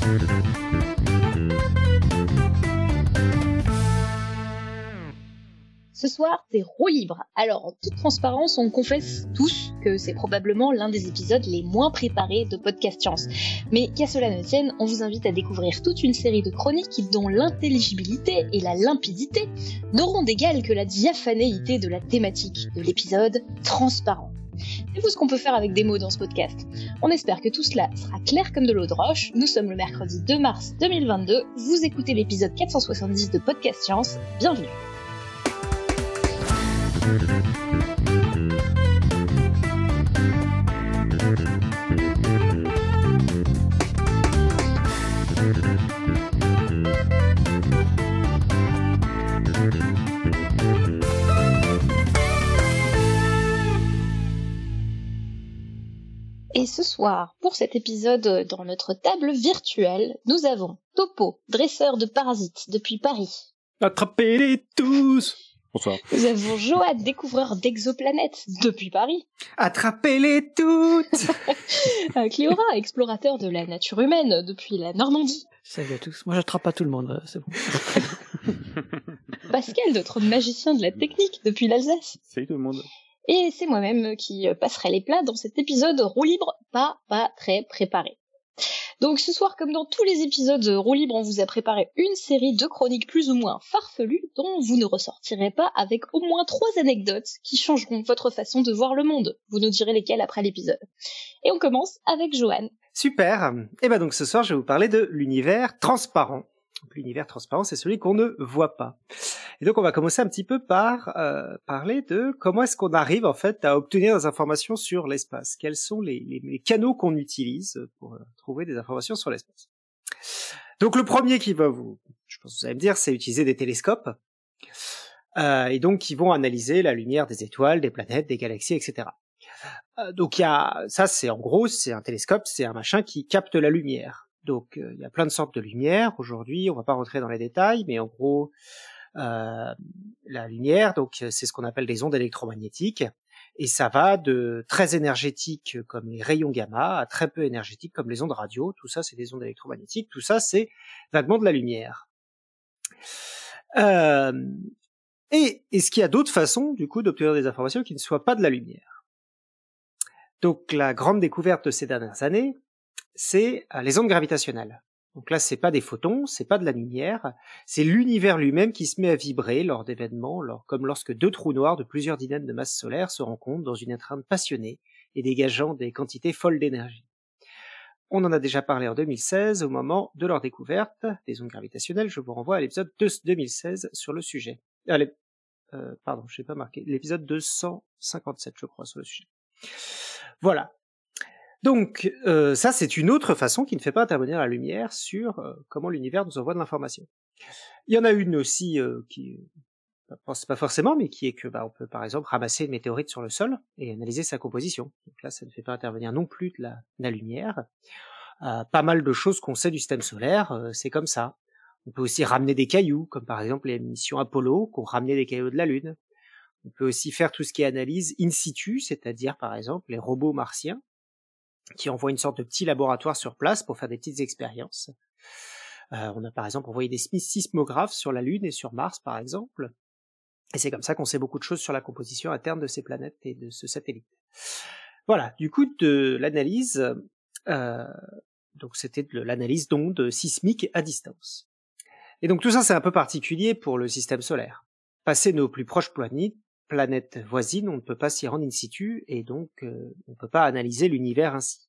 Ce soir, c'est roue libre. Alors, en toute transparence, on confesse tous que c'est probablement l'un des épisodes les moins préparés de Podcast Science. Mais qu'à cela ne tienne, on vous invite à découvrir toute une série de chroniques dont l'intelligibilité et la limpidité n'auront d'égal que la diaphanéité de la thématique de l'épisode transparent. C'est vous ce qu'on peut faire avec des mots dans ce podcast. On espère que tout cela sera clair comme de l'eau de roche. Nous sommes le mercredi 2 mars 2022. Vous écoutez l'épisode 470 de Podcast Science. Bienvenue. Et ce soir, pour cet épisode dans notre table virtuelle, nous avons Topo, dresseur de parasites depuis Paris. Attrapez-les tous! Bonsoir. Nous avons Johan, découvreur d'exoplanètes depuis Paris. Attrapez-les toutes! Cléora, explorateur de la nature humaine depuis la Normandie. Salut à tous. Moi, j'attrape pas tout le monde, c'est bon. Pascal, notre magicien de la technique depuis l'Alsace. Salut tout le monde. Et c'est moi-même qui passerai les plats dans cet épisode roue libre pas très préparé. Donc ce soir, comme dans tous les épisodes roue libre, on vous a préparé une série de chroniques plus ou moins farfelues dont vous ne ressortirez pas avec au moins 3 anecdotes qui changeront votre façon de voir le monde. Vous nous direz lesquelles après l'épisode. Et on commence avec Johan. Super. Et ben donc ce soir, je vais vous parler de l'univers transparent. Donc, l'univers transparent, c'est celui qu'on ne voit pas. Et donc on va commencer un petit peu par parler de comment est-ce qu'on arrive en fait à obtenir des informations sur l'espace. Quels sont les canaux qu'on utilise pour trouver des informations sur l'espace. Donc le premier qui va je pense que vous allez me dire, c'est utiliser des télescopes. Et donc qui vont analyser la lumière des étoiles, des planètes, des galaxies, etc. Donc c'est un télescope, c'est un machin qui capte la lumière. Donc il y a plein de sortes de lumière aujourd'hui, on va pas rentrer dans les détails, mais en gros la lumière, donc c'est ce qu'on appelle des ondes électromagnétiques, et ça va de très énergétiques comme les rayons gamma à très peu énergétiques comme les ondes radio. Tout ça c'est des ondes électromagnétiques, tout ça c'est vaguement de la lumière. Et est-ce qu'il y a d'autres façons du coup d'obtenir des informations qui ne soient pas de la lumière? Donc la grande découverte de ces dernières années, c'est les ondes gravitationnelles. Donc là, c'est pas des photons, c'est pas de la lumière, c'est l'univers lui-même qui se met à vibrer lors d'événements, comme lorsque 2 trous noirs de plusieurs dizaines de masses solaires se rencontrent dans une étreinte passionnée et dégageant des quantités folles d'énergie. On en a déjà parlé en 2016 au moment de leur découverte des ondes gravitationnelles. Je vous renvoie à l'épisode 2016 sur le sujet. Pardon, je n'ai pas marqué. L'épisode 257, je crois, sur le sujet. Voilà. Donc ça c'est une autre façon qui ne fait pas intervenir la lumière sur comment l'univers nous envoie de l'information. Il y en a une aussi qui c'est pas forcément, mais qui est que on peut par exemple ramasser une météorite sur le sol et analyser sa composition. Donc là ça ne fait pas intervenir non plus de la lumière. Pas mal de choses qu'on sait du système solaire, c'est comme ça. On peut aussi ramener des cailloux, comme par exemple les missions Apollo qui ont ramené des cailloux de la Lune. On peut aussi faire tout ce qui est analyse in situ, c'est-à-dire par exemple les robots martiens qui envoient une sorte de petit laboratoire sur place pour faire des petites expériences. On a par exemple envoyé des sismographes sur la Lune et sur Mars par exemple, et c'est comme ça qu'on sait beaucoup de choses sur la composition interne de ces planètes et de ce satellite. Voilà, du coup de l'analyse, donc c'était de l'analyse d'ondes sismiques à distance. Et donc tout ça c'est un peu particulier pour le système solaire. Passer nos plus proches planètes voisines, on ne peut pas s'y rendre in situ, et donc on ne peut pas analyser l'univers ainsi.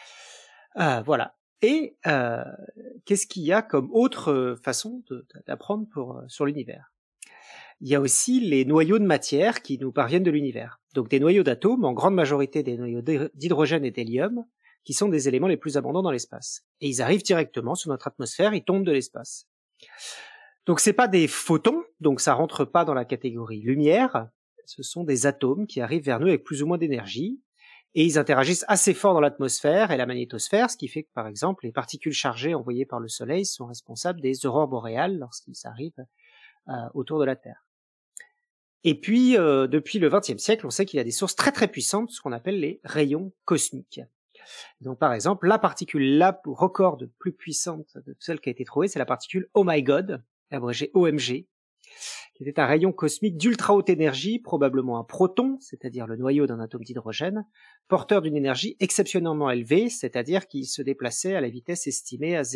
Voilà. Et qu'est-ce qu'il y a comme autre façon d'apprendre sur l'univers? Il y a aussi les noyaux de matière qui nous parviennent de l'univers. Donc des noyaux d'atomes, en grande majorité des noyaux d'hydrogène et d'hélium, qui sont des éléments les plus abondants dans l'espace. Et ils arrivent directement sur notre atmosphère, ils tombent de l'espace. Donc c'est pas des photons, donc ça rentre pas dans la catégorie lumière, ce sont des atomes qui arrivent vers nous avec plus ou moins d'énergie, et ils interagissent assez fort dans l'atmosphère et la magnétosphère, ce qui fait que par exemple les particules chargées envoyées par le Soleil sont responsables des aurores boréales lorsqu'ils arrivent autour de la Terre. Et puis depuis le XXe siècle, on sait qu'il y a des sources très très puissantes, ce qu'on appelle les rayons cosmiques. Donc par exemple, la particule la record de plus puissante de celle qui a été trouvée, c'est la particule Oh My God, abrégée OMG, qui était un rayon cosmique d'ultra haute énergie, probablement un proton, c'est-à-dire le noyau d'un atome d'hydrogène, porteur d'une énergie exceptionnellement élevée, c'est-à-dire qu'il se déplaçait à la vitesse estimée à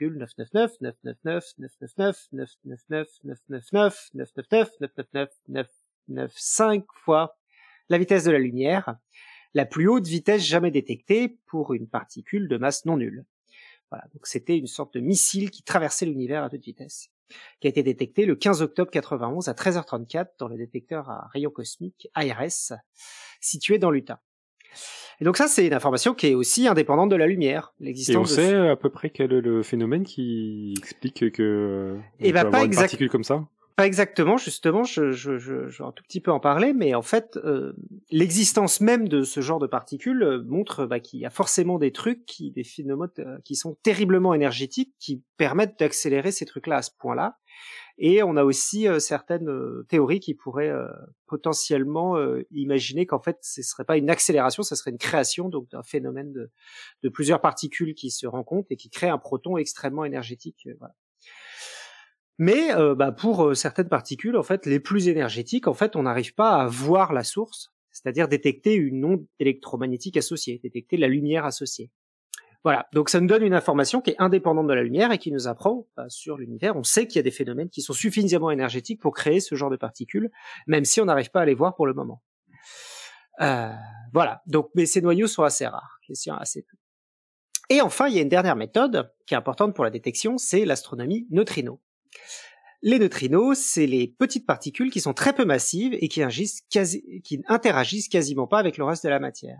0,9999999999999999999999999 fois la vitesse de la lumière, la plus haute vitesse jamais détectée pour une particule de masse non nulle. Voilà, donc c'était une sorte de missile qui traversait l'univers à toute vitesse, qui a été détecté le 15 octobre 91 à 13h34 dans le détecteur à rayons cosmiques IRS, situé dans l'Utah. Et donc ça, c'est une information qui est aussi indépendante de la lumière. Et on sait à peu près quel est le phénomène qui explique que on peut avoir une particule comme ça? Pas exactement, justement, je vais un tout petit peu en parler, mais en fait, l'existence même de ce genre de particules montre qu'il y a forcément des trucs, des phénomènes qui sont terriblement énergétiques, qui permettent d'accélérer ces trucs-là à ce point-là. Et on a aussi certaines théories qui pourraient potentiellement imaginer qu'en fait, ce serait pas une accélération, ce serait une création, donc d'un phénomène de plusieurs particules qui se rencontrent et qui créent un proton extrêmement énergétique. Voilà. Mais pour certaines particules, en fait, les plus énergétiques, en fait, on n'arrive pas à voir la source, c'est-à-dire détecter une onde électromagnétique associée, détecter la lumière associée. Voilà, donc ça nous donne une information qui est indépendante de la lumière et qui nous apprend sur l'univers. On sait qu'il y a des phénomènes qui sont suffisamment énergétiques pour créer ce genre de particules, même si on n'arrive pas à les voir pour le moment. Voilà, donc mais ces noyaux sont assez rares, assez peu. Et enfin, il y a une dernière méthode qui est importante pour la détection, c'est l'astronomie neutrino. Les neutrinos, c'est les petites particules qui sont très peu massives et qui interagissent quasiment pas avec le reste de la matière.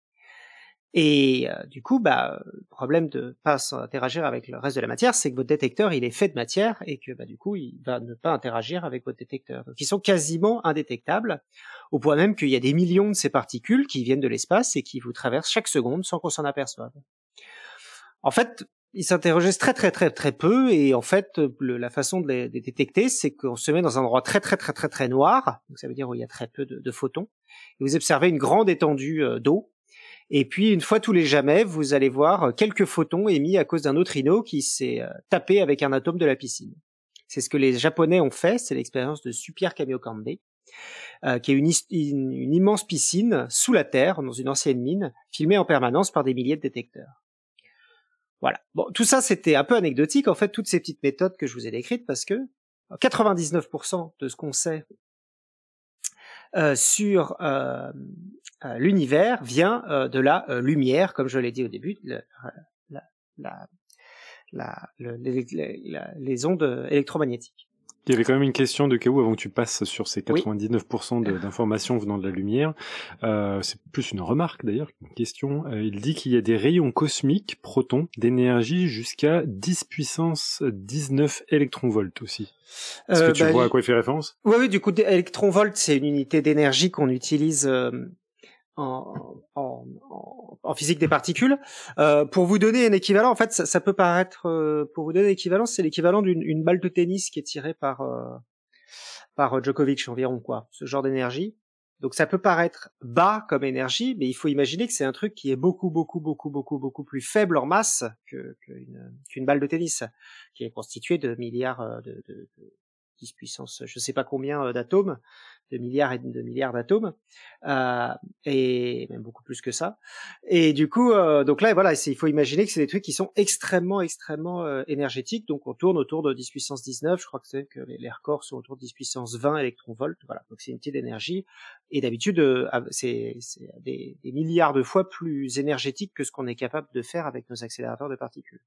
Et du coup, le problème de pas interagir avec le reste de la matière, c'est que votre détecteur, il est fait de matière et que du coup, il va ne pas interagir avec votre détecteur. Donc, ils sont quasiment indétectables, au point même qu'il y a des millions de ces particules qui viennent de l'espace et qui vous traversent chaque seconde sans qu'on s'en aperçoive. En fait, ils s'interrogent très très très très peu et en fait, la façon de les détecter, c'est qu'on se met dans un endroit très très très très très noir, donc ça veut dire où il y a très peu de photons, et vous observez une grande étendue d'eau. Et puis, une fois tous les jamais, vous allez voir quelques photons émis à cause d'un neutrino qui s'est tapé avec un atome de la piscine. C'est ce que les Japonais ont fait, c'est l'expérience de Super Kamiokande, qui est une immense piscine sous la terre, dans une ancienne mine, filmée en permanence par des milliers de détecteurs. Voilà. Bon, tout ça, c'était un peu anecdotique, en fait, toutes ces petites méthodes que je vous ai décrites, parce que 99% de ce qu'on sait sur l'univers vient de la lumière, comme je l'ai dit au début, les ondes électromagnétiques. Il y avait quand même une question de cas où, avant que tu passes sur ces 99% d'informations venant de la lumière. C'est plus une remarque d'ailleurs qu'une question. Il dit qu'il y a des rayons cosmiques, protons, d'énergie jusqu'à 10 puissance 19 électronvolts aussi. Est-ce que tu vois à quoi il fait référence? Oui, du coup, électronvolt, c'est une unité d'énergie qu'on utilise en physique des particules. Pour vous donner un équivalent, en fait, ça peut paraître, pour vous donner un équivalent, c'est l'équivalent d'une balle de tennis qui est tirée par Djokovic environ, quoi, ce genre d'énergie. Donc ça peut paraître bas comme énergie, mais il faut imaginer que c'est un truc qui est beaucoup plus faible en masse qu'une balle de tennis, qui est constituée de milliards de 10 puissance, je sais pas combien d'atomes, de milliards d'atomes, et même beaucoup plus que ça. Et du coup, donc là, voilà, il faut imaginer que c'est des trucs qui sont extrêmement énergétiques. Donc on tourne autour de 10 puissance 19. Je crois que les records sont autour de 10 puissance 20 électronvolts. Voilà, donc c'est une unité d'énergie. Et d'habitude, c'est des milliards de fois plus énergétique que ce qu'on est capable de faire avec nos accélérateurs de particules.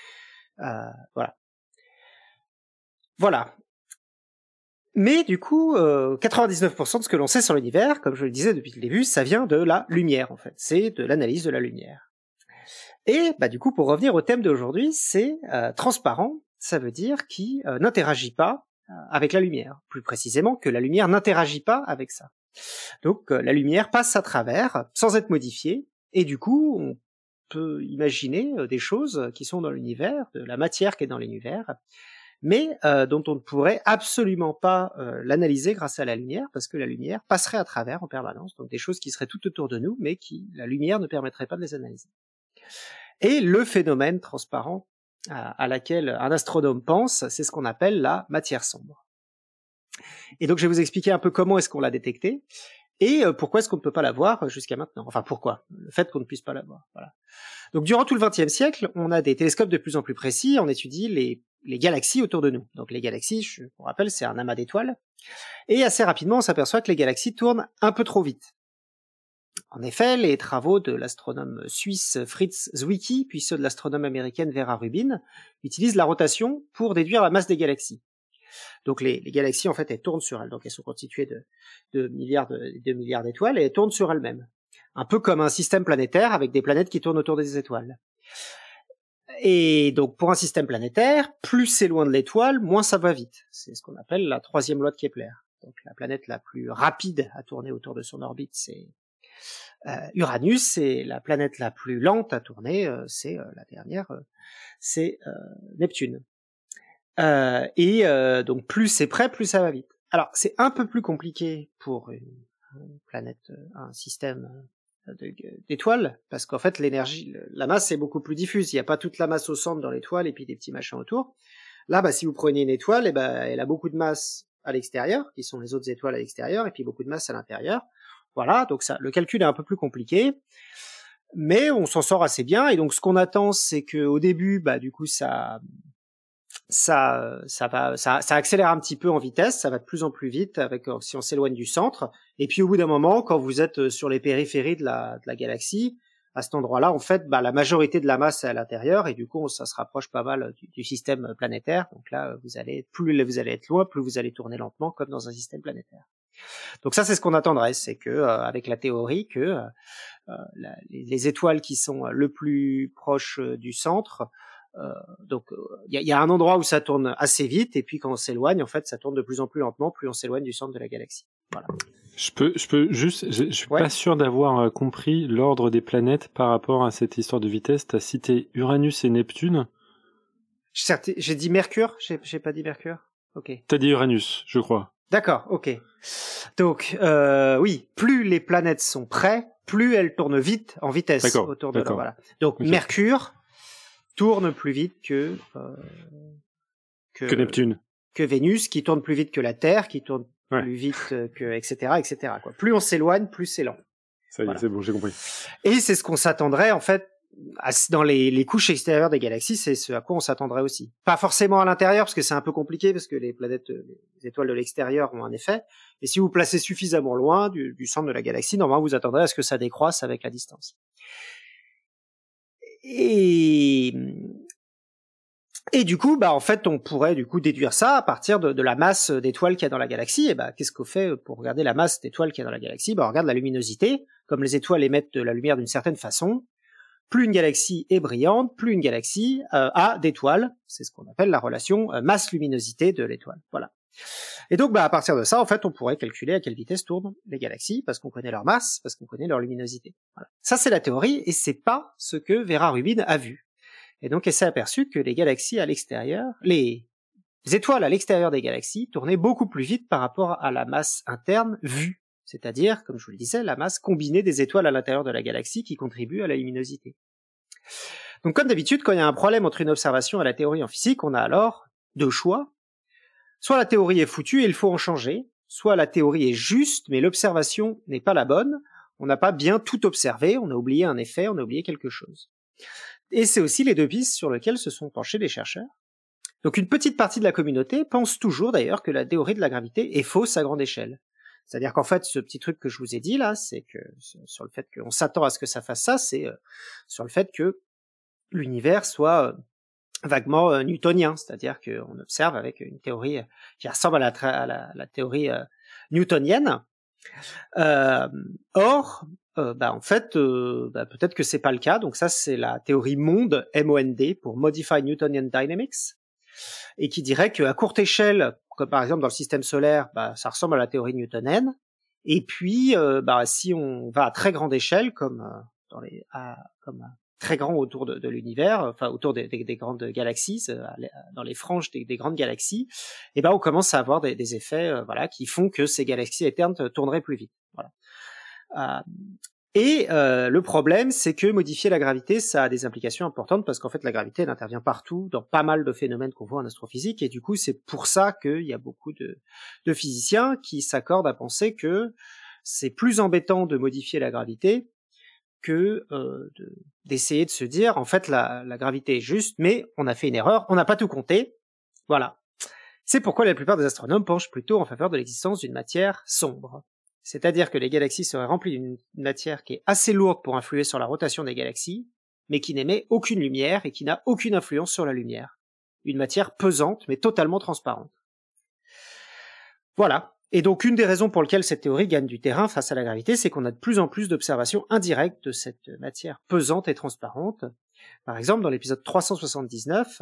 Voilà. Mais du coup, 99% de ce que l'on sait sur l'univers, comme je le disais depuis le début, ça vient de la lumière, en fait. C'est de l'analyse de la lumière. Et du coup, pour revenir au thème d'aujourd'hui, c'est transparent, ça veut dire qu'il n'interagit pas avec la lumière. Plus précisément, que la lumière n'interagit pas avec ça. Donc, la lumière passe à travers, sans être modifiée, et du coup, on peut imaginer des choses qui sont dans l'univers, de la matière qui est dans l'univers, mais dont on ne pourrait absolument pas l'analyser grâce à la lumière, parce que la lumière passerait à travers en permanence, donc des choses qui seraient tout autour de nous, mais la lumière ne permettrait pas de les analyser. Et le phénomène transparent à laquelle un astronome pense, c'est ce qu'on appelle la matière sombre. Et donc je vais vous expliquer un peu comment est-ce qu'on l'a détectée et pourquoi est-ce qu'on ne peut pas la voir jusqu'à maintenant. Enfin pourquoi, le fait qu'on ne puisse pas la voir. Voilà. Donc durant tout le XXe siècle, on a des télescopes de plus en plus précis, on étudie les galaxies autour de nous. Donc les galaxies, je vous rappelle, c'est un amas d'étoiles. Et assez rapidement, on s'aperçoit que les galaxies tournent un peu trop vite. En effet, les travaux de l'astronome suisse Fritz Zwicky, puis ceux de l'astronome américaine Vera Rubin, utilisent la rotation pour déduire la masse des galaxies. Donc les galaxies, en fait, elles tournent sur elles. Donc elles sont constituées de milliards d'étoiles et elles tournent sur elles-mêmes. Un peu comme un système planétaire avec des planètes qui tournent autour des étoiles. Et donc pour un système planétaire, plus c'est loin de l'étoile, moins ça va vite. C'est ce qu'on appelle la troisième loi de Kepler. Donc la planète la plus rapide à tourner autour de son orbite, c'est Uranus, et la planète la plus lente à tourner, c'est la dernière, c'est Neptune. Donc plus c'est près, plus ça va vite. Alors c'est un peu plus compliqué pour une planète, un système d'étoiles, parce qu'en fait l'énergie, la masse est beaucoup plus diffuse. Il n'y a pas toute la masse au centre dans l'étoile et puis des petits machins autour. Là, si vous prenez une étoile, elle a beaucoup de masse à l'extérieur, qui sont les autres étoiles à l'extérieur, et puis beaucoup de masse à l'intérieur. Voilà, donc le calcul est un peu plus compliqué, mais on s'en sort assez bien. Et donc ce qu'on attend, c'est que au début, du coup, ça accélère un petit peu en vitesse, ça va de plus en plus vite si on s'éloigne du centre. Et puis au bout d'un moment, quand vous êtes sur les périphéries de la galaxie, à cet endroit-là, en fait, la majorité de la masse est à l'intérieur, et du coup, ça se rapproche pas mal du système planétaire. Donc là, plus vous allez être loin, plus vous allez tourner lentement, comme dans un système planétaire. Donc ça, c'est ce qu'on attendrait, c'est que avec la théorie que les étoiles qui sont le plus proches du centre, il y a un endroit où ça tourne assez vite, et puis quand on s'éloigne, en fait, ça tourne de plus en plus lentement, plus on s'éloigne du centre de la galaxie. Voilà. Je peux juste, je suis pas sûr d'avoir compris l'ordre des planètes par rapport à cette histoire de vitesse. T'as cité Uranus et Neptune. J'ai dit Mercure, j'ai pas dit Mercure. Ok. T'as dit Uranus, je crois. D'accord, ok. Donc, oui, plus les planètes sont près, plus elles tournent vite en vitesse autour de leur. Voilà. Donc, okay. Mercure tourne plus vite que Neptune, que Vénus, qui tourne plus vite que la Terre, qui tourne plus vite que etc. quoi. Plus on s'éloigne, plus c'est lent. Ça y est, c'est bon, j'ai compris. Et c'est ce qu'on s'attendrait en fait dans les couches extérieures des galaxies, c'est ce à quoi on s'attendrait aussi. Pas forcément à l'intérieur, parce que c'est un peu compliqué, parce que les planètes, les étoiles de l'extérieur ont un effet. Et si vous placez suffisamment loin du centre de la galaxie, normalement vous attendrez à ce que ça décroisse avec la distance. Et du coup, en fait, on pourrait du coup déduire ça à partir de la masse d'étoiles qu'il y a dans la galaxie. Et qu'est-ce qu'on fait pour regarder la masse d'étoiles qu'il y a dans la galaxie? On regarde la luminosité. Comme les étoiles émettent de la lumière d'une certaine façon, plus une galaxie est brillante, plus une galaxie a d'étoiles. C'est ce qu'on appelle la relation masse-luminosité de l'étoile. Voilà. Et donc, à partir de ça, en fait, on pourrait calculer à quelle vitesse tournent les galaxies, parce qu'on connaît leur masse, parce qu'on connaît leur luminosité. Voilà. Ça, c'est la théorie, et c'est pas ce que Vera Rubin a vu. Et donc, elle s'est aperçue que les galaxies à l'extérieur, les étoiles à l'extérieur des galaxies tournaient beaucoup plus vite par rapport à la masse interne vue. C'est-à-dire, comme je vous le disais, la masse combinée des étoiles à l'intérieur de la galaxie qui contribue à la luminosité. Donc, comme d'habitude, quand il y a un problème entre une observation et la théorie en physique, on a alors deux choix. Soit la théorie est foutue et il faut en changer, soit la théorie est juste, mais l'observation n'est pas la bonne, on n'a pas bien tout observé, on a oublié un effet, on a oublié quelque chose. Et c'est aussi les deux pistes sur lesquelles se sont penchés les chercheurs. Donc une petite partie de la communauté pense toujours d'ailleurs que la théorie de la gravité est fausse à grande échelle. C'est-à-dire qu'en fait, ce petit truc que je vous ai dit là, c'est que sur le fait qu'on s'attend à ce que ça fasse ça, c'est sur le fait que l'univers soit vaguement newtonien, c'est-à-dire qu'on observe avec une théorie qui ressemble à la théorie newtonienne. Or, en fait, peut-être que c'est pas le cas. Donc ça, c'est la théorie MOND, M-O-N-D, pour Modified Newtonian Dynamics, et qui dirait qu'à courte échelle, comme par exemple dans le système solaire, ça ressemble à la théorie newtonienne. Et puis, si on va à très grande échelle, comme très grand autour de l'univers, enfin autour des grandes galaxies, dans les franges des grandes galaxies, et on commence à avoir des effets qui font que ces galaxies éternes tourneraient plus vite. Voilà. Et le problème, c'est que modifier la gravité, ça a des implications importantes parce qu'en fait, la gravité, elle intervient partout, dans pas mal de phénomènes qu'on voit en astrophysique, et du coup, c'est pour ça qu'il y a beaucoup de physiciens qui s'accordent à penser que c'est plus embêtant de modifier la gravité que d'essayer de se dire, en fait, la gravité est juste, mais on a fait une erreur, on n'a pas tout compté, voilà. C'est pourquoi la plupart des astronomes penchent plutôt en faveur de l'existence d'une matière sombre. C'est-à-dire que les galaxies seraient remplies d'une matière qui est assez lourde pour influer sur la rotation des galaxies, mais qui n'émet aucune lumière et qui n'a aucune influence sur la lumière. Une matière pesante, mais totalement transparente. Voilà. Et donc, une des raisons pour lesquelles cette théorie gagne du terrain face à la gravité, c'est qu'on a de plus en plus d'observations indirectes de cette matière pesante et transparente. Par exemple, dans l'épisode 379,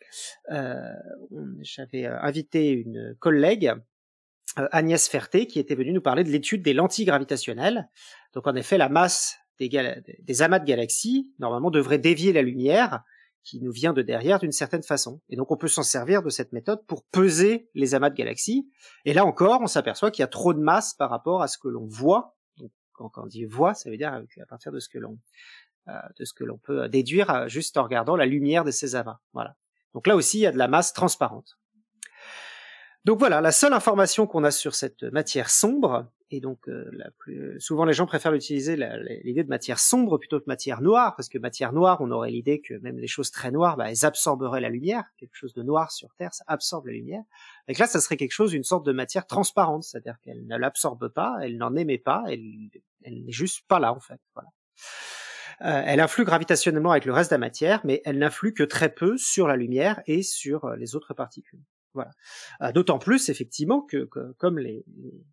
j'avais invité une collègue, Agnès Ferté, qui était venue nous parler de l'étude des lentilles gravitationnelles. Donc en effet, la masse des amas de galaxies, normalement, devrait dévier la lumière qui nous vient de derrière d'une certaine façon. Et donc on peut s'en servir de cette méthode pour peser les amas de galaxies. Et là encore, on s'aperçoit qu'il y a trop de masse par rapport à ce que l'on voit. Donc quand on dit voit, ça veut dire à partir de ce que l'on peut déduire juste en regardant la lumière de ces amas. Voilà. Donc là aussi, il y a de la masse transparente. Donc voilà, la seule information qu'on a sur cette matière sombre, et donc souvent les gens préfèrent utiliser l'idée de matière sombre plutôt que matière noire, parce que matière noire, on aurait l'idée que même les choses très noires, elles absorberaient la lumière, quelque chose de noir sur Terre, ça absorbe la lumière. Donc là, ça serait quelque chose, une sorte de matière transparente, c'est-à-dire qu'elle ne l'absorbe pas, elle n'en émet pas, elle n'est juste pas là en fait. Voilà. Elle influe gravitationnellement avec le reste de la matière, mais elle n'influe que très peu sur la lumière et sur les autres particules. Voilà. D'autant plus, effectivement, que comme les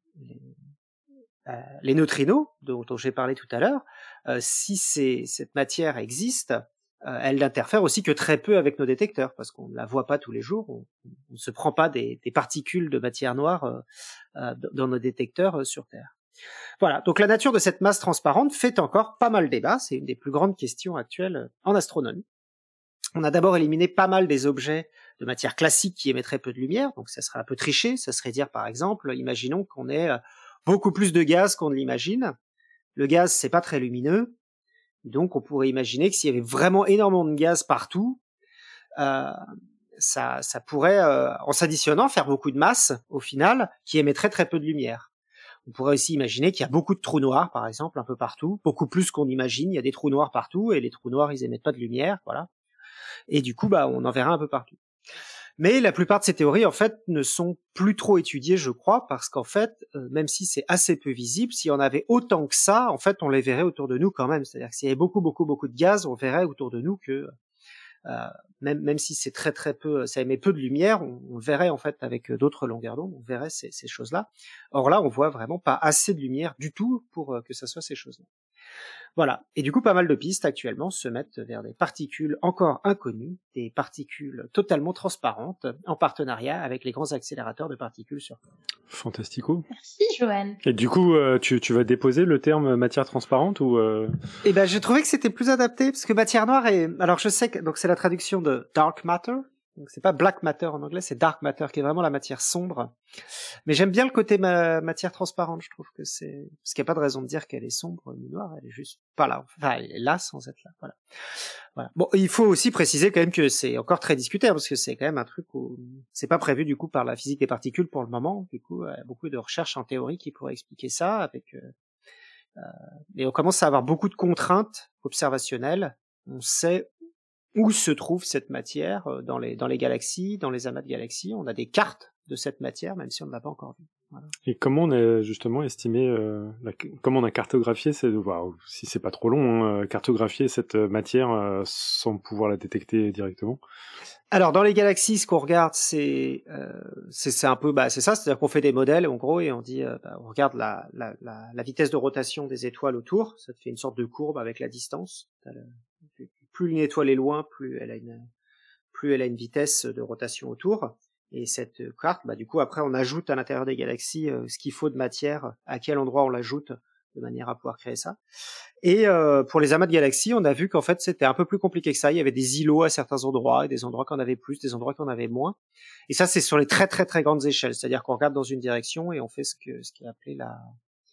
neutrinos, dont j'ai parlé tout à l'heure, si cette matière existe, elle n'interfère aussi que très peu avec nos détecteurs, parce qu'on ne la voit pas tous les jours, on ne se prend pas des particules de matière noire dans nos détecteurs sur Terre. Voilà, donc la nature de cette masse transparente fait encore pas mal débat, c'est une des plus grandes questions actuelles en astronomie. On a d'abord éliminé pas mal des objets de matière classique qui émettraient peu de lumière, donc ça serait un peu triché, ça serait dire par exemple, imaginons qu'on ait beaucoup plus de gaz qu'on ne l'imagine. Le gaz, c'est pas très lumineux, donc on pourrait imaginer que s'il y avait vraiment énormément de gaz partout, ça pourrait, en s'additionnant, faire beaucoup de masse au final, qui émettrait très peu de lumière. On pourrait aussi imaginer qu'il y a beaucoup de trous noirs, par exemple, un peu partout, beaucoup plus qu'on imagine, il y a des trous noirs partout, et les trous noirs, ils émettent pas de lumière, voilà. Et du coup, on en verra un peu partout. Mais la plupart de ces théories, en fait, ne sont plus trop étudiées, je crois, parce qu'en fait, même si c'est assez peu visible, s'il y en avait autant que ça, en fait, on les verrait autour de nous quand même. C'est-à-dire que s'il y avait beaucoup de gaz, on verrait autour de nous que même si c'est très très peu, ça émet peu de lumière, on le verrait en fait avec d'autres longueurs d'onde, on verrait ces choses-là. Or là, on voit vraiment pas assez de lumière du tout pour que ça soit ces choses-là. Voilà. Et du coup, pas mal de pistes actuellement se mettent vers des particules encore inconnues, des particules totalement transparentes, en partenariat avec les grands accélérateurs de particules sur Terre. Fantastico. Merci, Johan. Et du coup, tu vas déposer le terme matière transparente ou Eh ben, j'ai trouvé que c'était plus adapté, parce que matière noire est... Alors, je sais que donc c'est la traduction de dark matter, donc c'est pas black matter en anglais, c'est dark matter, qui est vraiment la matière sombre. Mais j'aime bien le côté matière transparente, je trouve que c'est... Parce qu'il n'y a pas de raison de dire qu'elle est sombre ni noire, elle est juste pas là. Enfin, elle est là sans être là, voilà. Bon, il faut aussi préciser quand même que c'est encore très discuté, parce que c'est quand même un truc où c'est pas prévu du coup par la physique des particules pour le moment. Du coup, il y a beaucoup de recherches en théorie qui pourraient expliquer ça, avec... Et on commence à avoir beaucoup de contraintes observationnelles. On sait où se trouve cette matière dans les galaxies, dans les amas de galaxies. On a des cartes de cette matière, même si on ne l'a pas encore vue. Voilà. Et comment on a justement estimé, comment on a cartographié, si c'est pas trop long, cartographier cette matière sans pouvoir la détecter directement? Alors dans les galaxies, ce qu'on regarde, c'est un peu, c'est ça, c'est-à-dire qu'on fait des modèles en gros et on dit, on regarde la vitesse de rotation des étoiles autour. Ça te fait une sorte de courbe avec la distance. Plus une étoile est loin, plus elle a une vitesse de rotation autour. Et cette carte, du coup, après, on ajoute à l'intérieur des galaxies ce qu'il faut de matière, à quel endroit on l'ajoute, de manière à pouvoir créer ça. Et pour les amas de galaxies, on a vu qu'en fait, c'était un peu plus compliqué que ça. Il y avait des îlots à certains endroits, et des endroits qu'on avait plus, des endroits qu'on avait moins. Et ça, c'est sur les très très très grandes échelles. C'est-à-dire qu'on regarde dans une direction et on fait ce qui est appelé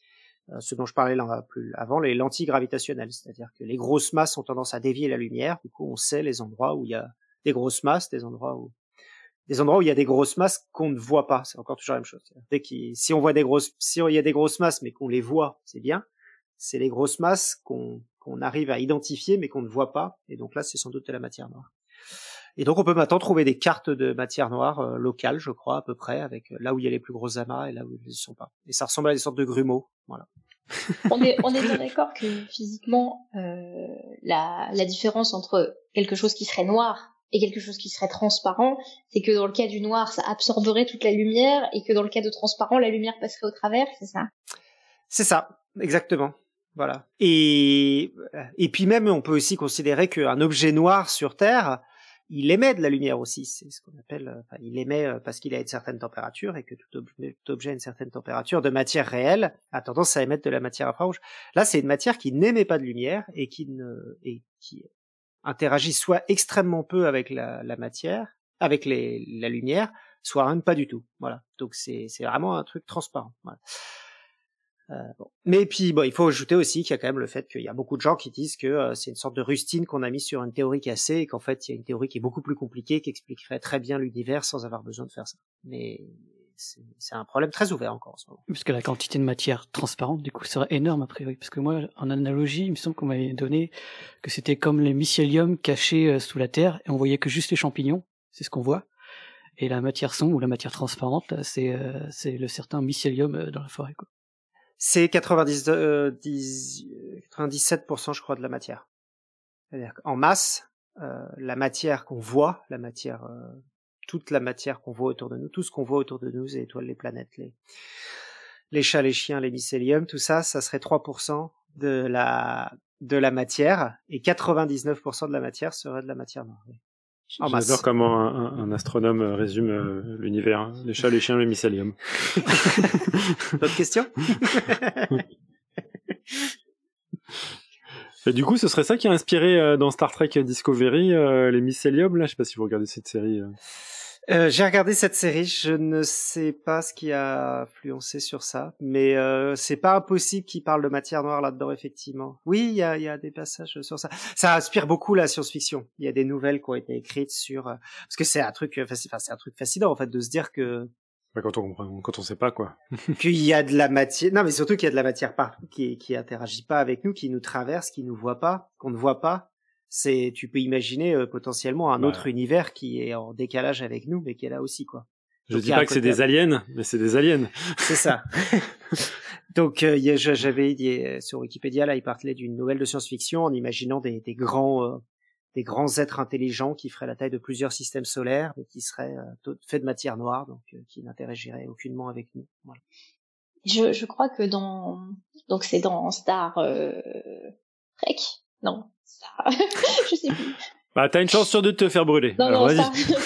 ce dont je parlais là plus avant, les lentilles gravitationnelles, c'est-à-dire que les grosses masses ont tendance à dévier la lumière. Du coup, on sait les endroits où il y a des grosses masses, des endroits où il y a des grosses masses qu'on ne voit pas. C'est encore toujours la même chose. Si il y a des grosses masses mais qu'on les voit, c'est bien. C'est les grosses masses qu'on arrive à identifier mais qu'on ne voit pas. Et donc là, c'est sans doute de la matière noire. Et donc on peut maintenant trouver des cartes de matière noire locales, je crois, à peu près, avec là où il y a les plus gros amas et là où ils ne sont pas. Et ça ressemble à des sortes de grumeaux. Voilà. On est bien d'accord que physiquement, la différence entre quelque chose qui serait noir et quelque chose qui serait transparent, c'est que dans le cas du noir, ça absorberait toute la lumière et que dans le cas de transparent, la lumière passerait au travers, c'est ça? C'est ça, exactement. Voilà. Et puis même, on peut aussi considérer qu'un objet noir sur Terre, il émet de la lumière aussi. C'est ce qu'on appelle, il émet parce qu'il a une certaine température et que tout objet à une certaine température de matière réelle a tendance à émettre de la matière infrarouge. Là, c'est une matière qui n'émet pas de lumière et qui interagit soit extrêmement peu avec la matière, avec la lumière, soit même pas du tout. Voilà. Donc c'est vraiment un truc transparent. Voilà. Bon. Mais puis il faut ajouter aussi qu'il y a quand même le fait qu'il y a beaucoup de gens qui disent que c'est une sorte de rustine qu'on a mis sur une théorie cassée et qu'en fait il y a une théorie qui est beaucoup plus compliquée qui expliquerait très bien l'univers sans avoir besoin de faire ça. Mais c'est un problème très ouvert encore en ce moment. Parce que la quantité de matière transparente du coup serait énorme a priori. Parce que moi en analogie il me semble qu'on m'avait donné que c'était comme les mycéliums cachés sous la terre et on voyait que juste les champignons, c'est ce qu'on voit. Et la matière sombre ou la matière transparente, c'est le certain mycélium dans la forêt, quoi. C'est 97% je crois de la matière. C'est-à-dire qu'en masse, la matière qu'on voit, toute la matière qu'on voit autour de nous, tout ce qu'on voit autour de nous, les étoiles, les planètes, les chats, les chiens, les mycéliums, tout ça, ça serait 3% de la matière et 99% de la matière serait de la matière noire. J'adore comment un astronome résume l'univers. Hein. Les chats, les chiens, les mycéliums. D'autres questions? Et du coup, ce serait ça qui a inspiré dans Star Trek Discovery les mycéliums, là. Je sais pas si vous regardez cette série. J'ai regardé cette série, je ne sais pas ce qui a influencé sur ça, mais c'est pas impossible qu'il parle de matière noire là-dedans, effectivement. Oui, il y a des passages sur ça. Ça inspire beaucoup la science-fiction. Il y a des nouvelles qui ont été écrites sur parce que c'est un truc fascinant en fait de se dire que quand on sait pas quoi. qu'il y a de la matière. Non, mais surtout qu'il y a de la matière partout qui interagit pas avec nous, qui nous traverse, qui nous voit pas, qu'on ne voit pas. Tu peux imaginer potentiellement un autre univers qui est en décalage avec nous, mais qui est là aussi, quoi. Je dis pas que c'est des aliens, mais c'est des aliens. C'est ça. Donc, j'avais dit sur Wikipédia, là, il parlait d'une nouvelle de science-fiction en imaginant des grands êtres intelligents qui feraient la taille de plusieurs systèmes solaires, mais qui seraient faits de matière noire, donc qui n'interagiraient aucunement avec nous. Voilà. Je crois que donc c'est dans Star Trek, non. Je sais plus. Bah, t'as une chance sur deux de te faire brûler. Non, vas-y.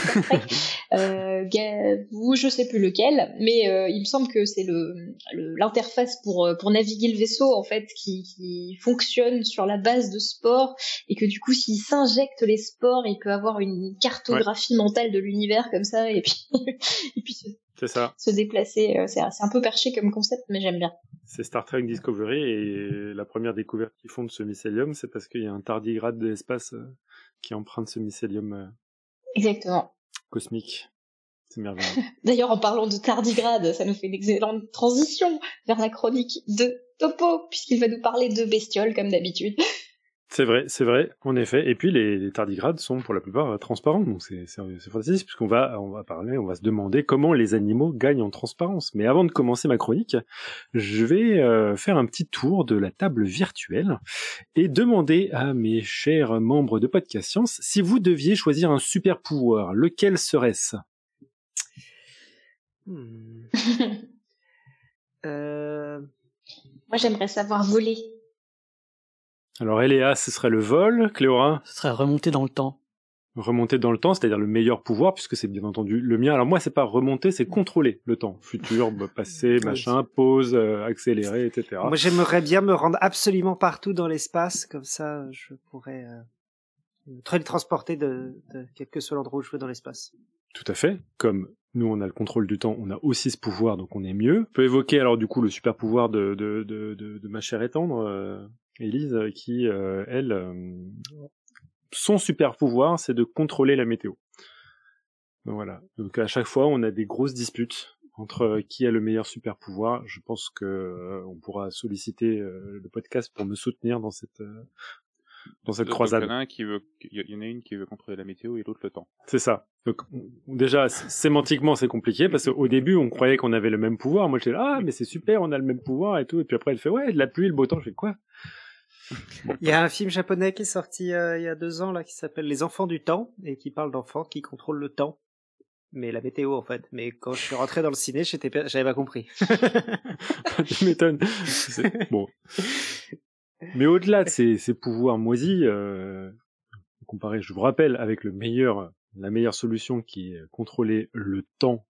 Je sais plus lequel, mais il me semble que c'est l'interface pour naviguer le vaisseau en fait qui fonctionne sur la base de spores et que du coup s'il s'injecte les spores, il peut avoir une cartographie mentale de l'univers comme ça et puis c'est ça. Se déplacer. C'est un peu perché comme concept, mais j'aime bien. C'est Star Trek Discovery et la première découverte qu'ils font de ce mycélium, c'est parce qu'il y a un tardigrade de l'espace qui emprunte ce mycélium exactement cosmique. C'est merveilleux. D'ailleurs, en parlant de tardigrade, ça nous fait une excellente transition vers la chronique de Topo, puisqu'il va nous parler de bestioles comme d'habitude. C'est vrai, en effet. Et puis les tardigrades sont pour la plupart transparents, donc c'est fantastique puisqu'on va se demander comment les animaux gagnent en transparence. Mais avant de commencer ma chronique, je vais faire un petit tour de la table virtuelle et demander à mes chers membres de Podcast Science si vous deviez choisir un super pouvoir, lequel serait-ce ? Moi, j'aimerais savoir voler. Alors, Eléa, ce serait le vol. Cléora ? Ce serait remonter dans le temps. Remonter dans le temps, c'est-à-dire le meilleur pouvoir, puisque c'est bien entendu le mien. Alors moi, c'est pas remonter, c'est contrôler le temps. Futur, passé, machin, pause, accélérer, etc. Moi, j'aimerais bien me rendre absolument partout dans l'espace, comme ça, je pourrais me télétransporter de quel que soit l'endroit où je veux dans l'espace. Tout à fait, comme nous on a le contrôle du temps, on a aussi ce pouvoir, donc on est mieux. On peut évoquer alors du coup le super pouvoir de ma chère et tendre, Élise, qui, son super pouvoir, c'est de contrôler la météo. Donc voilà. Donc à chaque fois, on a des grosses disputes entre qui a le meilleur super pouvoir. Je pense que on pourra solliciter le podcast pour me soutenir dans cette croisade. Il y en a une qui veut contrôler la météo et l'autre le temps. C'est ça. Donc déjà sémantiquement c'est compliqué parce qu'au début on croyait qu'on avait le même pouvoir. Moi j'étais là, mais c'est super, on a le même pouvoir et tout. Et puis après elle fait ouais, de la pluie, le beau temps. Je fais quoi? Bon. Il y a un film japonais qui est sorti il y a 2 ans là qui s'appelle Les Enfants du Temps et qui parle d'enfants qui contrôlent le temps. Mais la météo en fait. Mais quand je suis rentré dans le ciné, j'avais pas compris. Tu m'étonnes. Bon. Mais au-delà de ces pouvoirs moisis, comparé, je vous rappelle, avec la meilleure solution qui est contrôler le temps.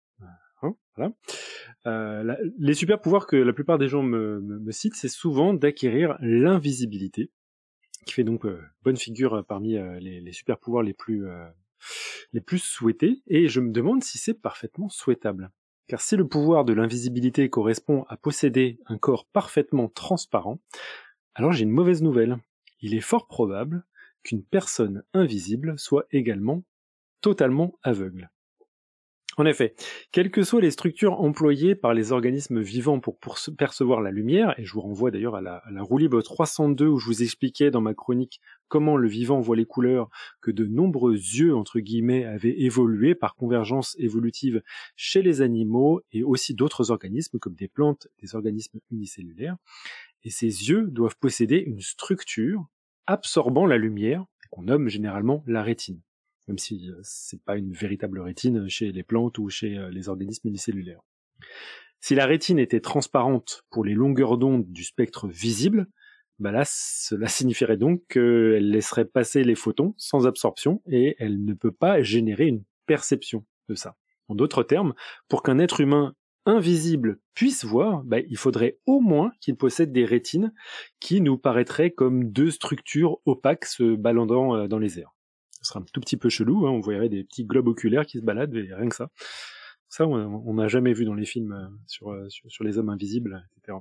Voilà. Les super pouvoirs que la plupart des gens me citent, c'est souvent d'acquérir l'invisibilité, qui fait donc bonne figure parmi les super pouvoirs les plus souhaités, et je me demande si c'est parfaitement souhaitable. Car si le pouvoir de l'invisibilité correspond à posséder un corps parfaitement transparent, alors j'ai une mauvaise nouvelle. Il est fort probable qu'une personne invisible soit également totalement aveugle. En effet, quelles que soient les structures employées par les organismes vivants pour percevoir la lumière, et je vous renvoie d'ailleurs à la roue libre 302 où je vous expliquais dans ma chronique comment le vivant voit les couleurs, que de nombreux yeux, entre guillemets, avaient évolué par convergence évolutive chez les animaux et aussi d'autres organismes comme des plantes, des organismes unicellulaires. Et ces yeux doivent posséder une structure absorbant la lumière, qu'on nomme généralement la rétine. Même si c'est pas une véritable rétine chez les plantes ou chez les organismes unicellulaires. Si la rétine était transparente pour les longueurs d'onde du spectre visible, là, cela signifierait donc qu'elle laisserait passer les photons sans absorption et elle ne peut pas générer une perception de ça. En d'autres termes, pour qu'un être humain invisible puisse voir, il faudrait au moins qu'il possède des rétines qui nous paraîtraient comme 2 structures opaques se baladant dans les airs. Ce serait un tout petit peu chelou, on voyait des petits globes oculaires qui se baladent, et rien que ça. Ça, on n'a jamais vu dans les films sur les hommes invisibles, etc.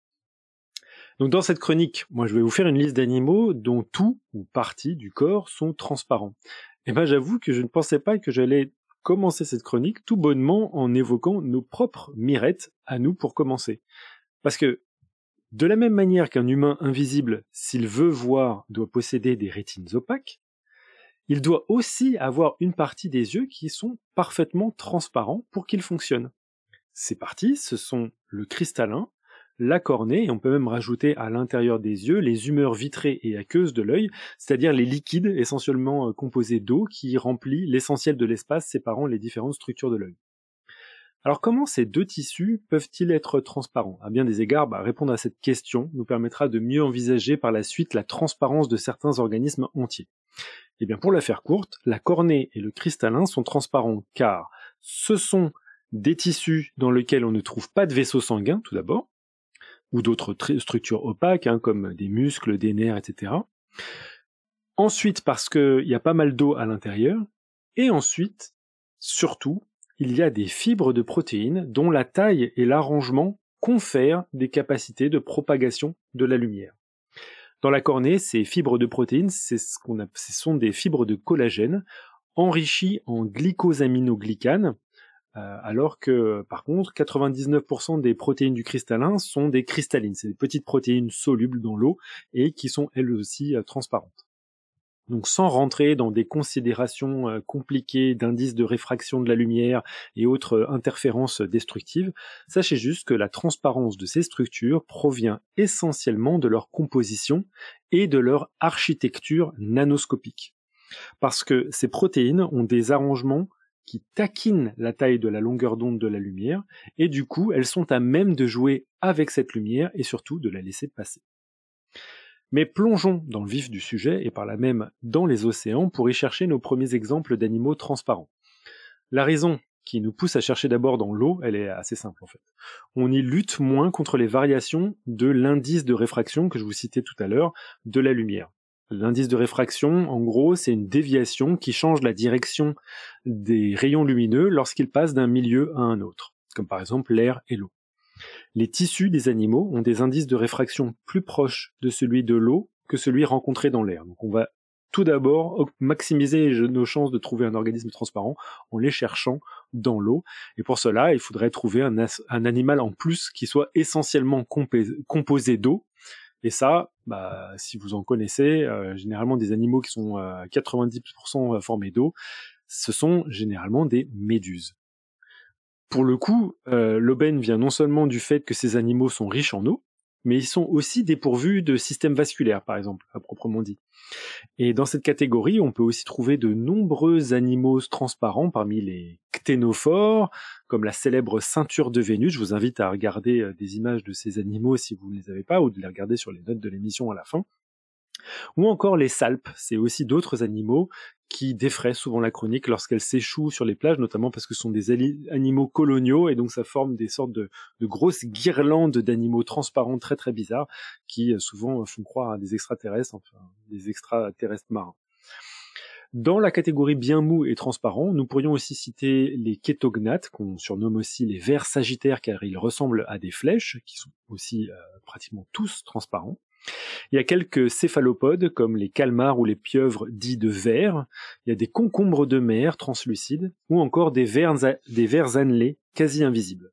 Donc dans cette chronique, moi je vais vous faire une liste d'animaux dont tout ou partie du corps sont transparents. Et j'avoue que je ne pensais pas que j'allais commencer cette chronique tout bonnement en évoquant nos propres mirettes à nous pour commencer. Parce que, de la même manière qu'un humain invisible, s'il veut voir, doit posséder des rétines opaques, il doit aussi avoir une partie des yeux qui sont parfaitement transparents pour qu'ils fonctionnent. Ces parties, ce sont le cristallin, la cornée, et on peut même rajouter à l'intérieur des yeux les humeurs vitrées et aqueuses de l'œil, c'est-à-dire les liquides essentiellement composés d'eau qui remplissent l'essentiel de l'espace séparant les différentes structures de l'œil. Alors comment ces 2 tissus peuvent-ils être transparents? À bien des égards, répondre à cette question nous permettra de mieux envisager par la suite la transparence de certains organismes entiers. Eh bien pour la faire courte, la cornée et le cristallin sont transparents car ce sont des tissus dans lesquels on ne trouve pas de vaisseau sanguin tout d'abord, ou d'autres structures opaques comme des muscles, des nerfs, etc. Ensuite parce qu'il y a pas mal d'eau à l'intérieur, et ensuite, surtout, il y a des fibres de protéines dont la taille et l'arrangement confèrent des capacités de propagation de la lumière. Dans la cornée, ces fibres de protéines, ce sont des fibres de collagène enrichies en glycosaminoglycanes, alors que, par contre, 99% des protéines du cristallin sont des cristallines. C'est des petites protéines solubles dans l'eau et qui sont elles aussi transparentes. Donc sans rentrer dans des considérations compliquées d'indices de réfraction de la lumière et autres interférences destructives, sachez juste que la transparence de ces structures provient essentiellement de leur composition et de leur architecture nanoscopique. Parce que ces protéines ont des arrangements qui taquinent la taille de la longueur d'onde de la lumière, et du coup elles sont à même de jouer avec cette lumière et surtout de la laisser passer. Mais plongeons dans le vif du sujet et par là même dans les océans pour y chercher nos premiers exemples d'animaux transparents. La raison qui nous pousse à chercher d'abord dans l'eau, elle est assez simple en fait. On y lutte moins contre les variations de l'indice de réfraction que je vous citais tout à l'heure de la lumière. L'indice de réfraction, en gros, c'est une déviation qui change la direction des rayons lumineux lorsqu'ils passent d'un milieu à un autre, comme par exemple l'air et l'eau. Les tissus des animaux ont des indices de réfraction plus proches de celui de l'eau que celui rencontré dans l'air. Donc on va tout d'abord maximiser nos chances de trouver un organisme transparent en les cherchant dans l'eau. Et pour cela, il faudrait trouver un animal en plus qui soit essentiellement composé d'eau. Et ça, si vous en connaissez, généralement des animaux qui sont à 90% formés d'eau, ce sont généralement des méduses. Pour le coup, l'aubaine vient non seulement du fait que ces animaux sont riches en eau, mais ils sont aussi dépourvus de système vasculaire, par exemple, à proprement dit. Et dans cette catégorie, on peut aussi trouver de nombreux animaux transparents parmi les cténophores, comme la célèbre ceinture de Vénus. Je vous invite à regarder des images de ces animaux si vous ne les avez pas, ou de les regarder sur les notes de l'émission à la fin. Ou encore les salpes, c'est aussi d'autres animaux qui défraient souvent la chronique lorsqu'elles s'échouent sur les plages, notamment parce que ce sont des animaux coloniaux, et donc ça forme des sortes de grosses guirlandes d'animaux transparents très très bizarres, qui souvent font croire à des extraterrestres, enfin des extraterrestres marins. Dans la catégorie bien mou et transparent, nous pourrions aussi citer les kétognates, qu'on surnomme aussi les vers sagittaires car ils ressemblent à des flèches, qui sont aussi pratiquement tous transparents. Il y a quelques céphalopodes comme les calmars ou les pieuvres dits de verre. Il y a des concombres de mer translucides ou encore des vers annelés quasi invisibles.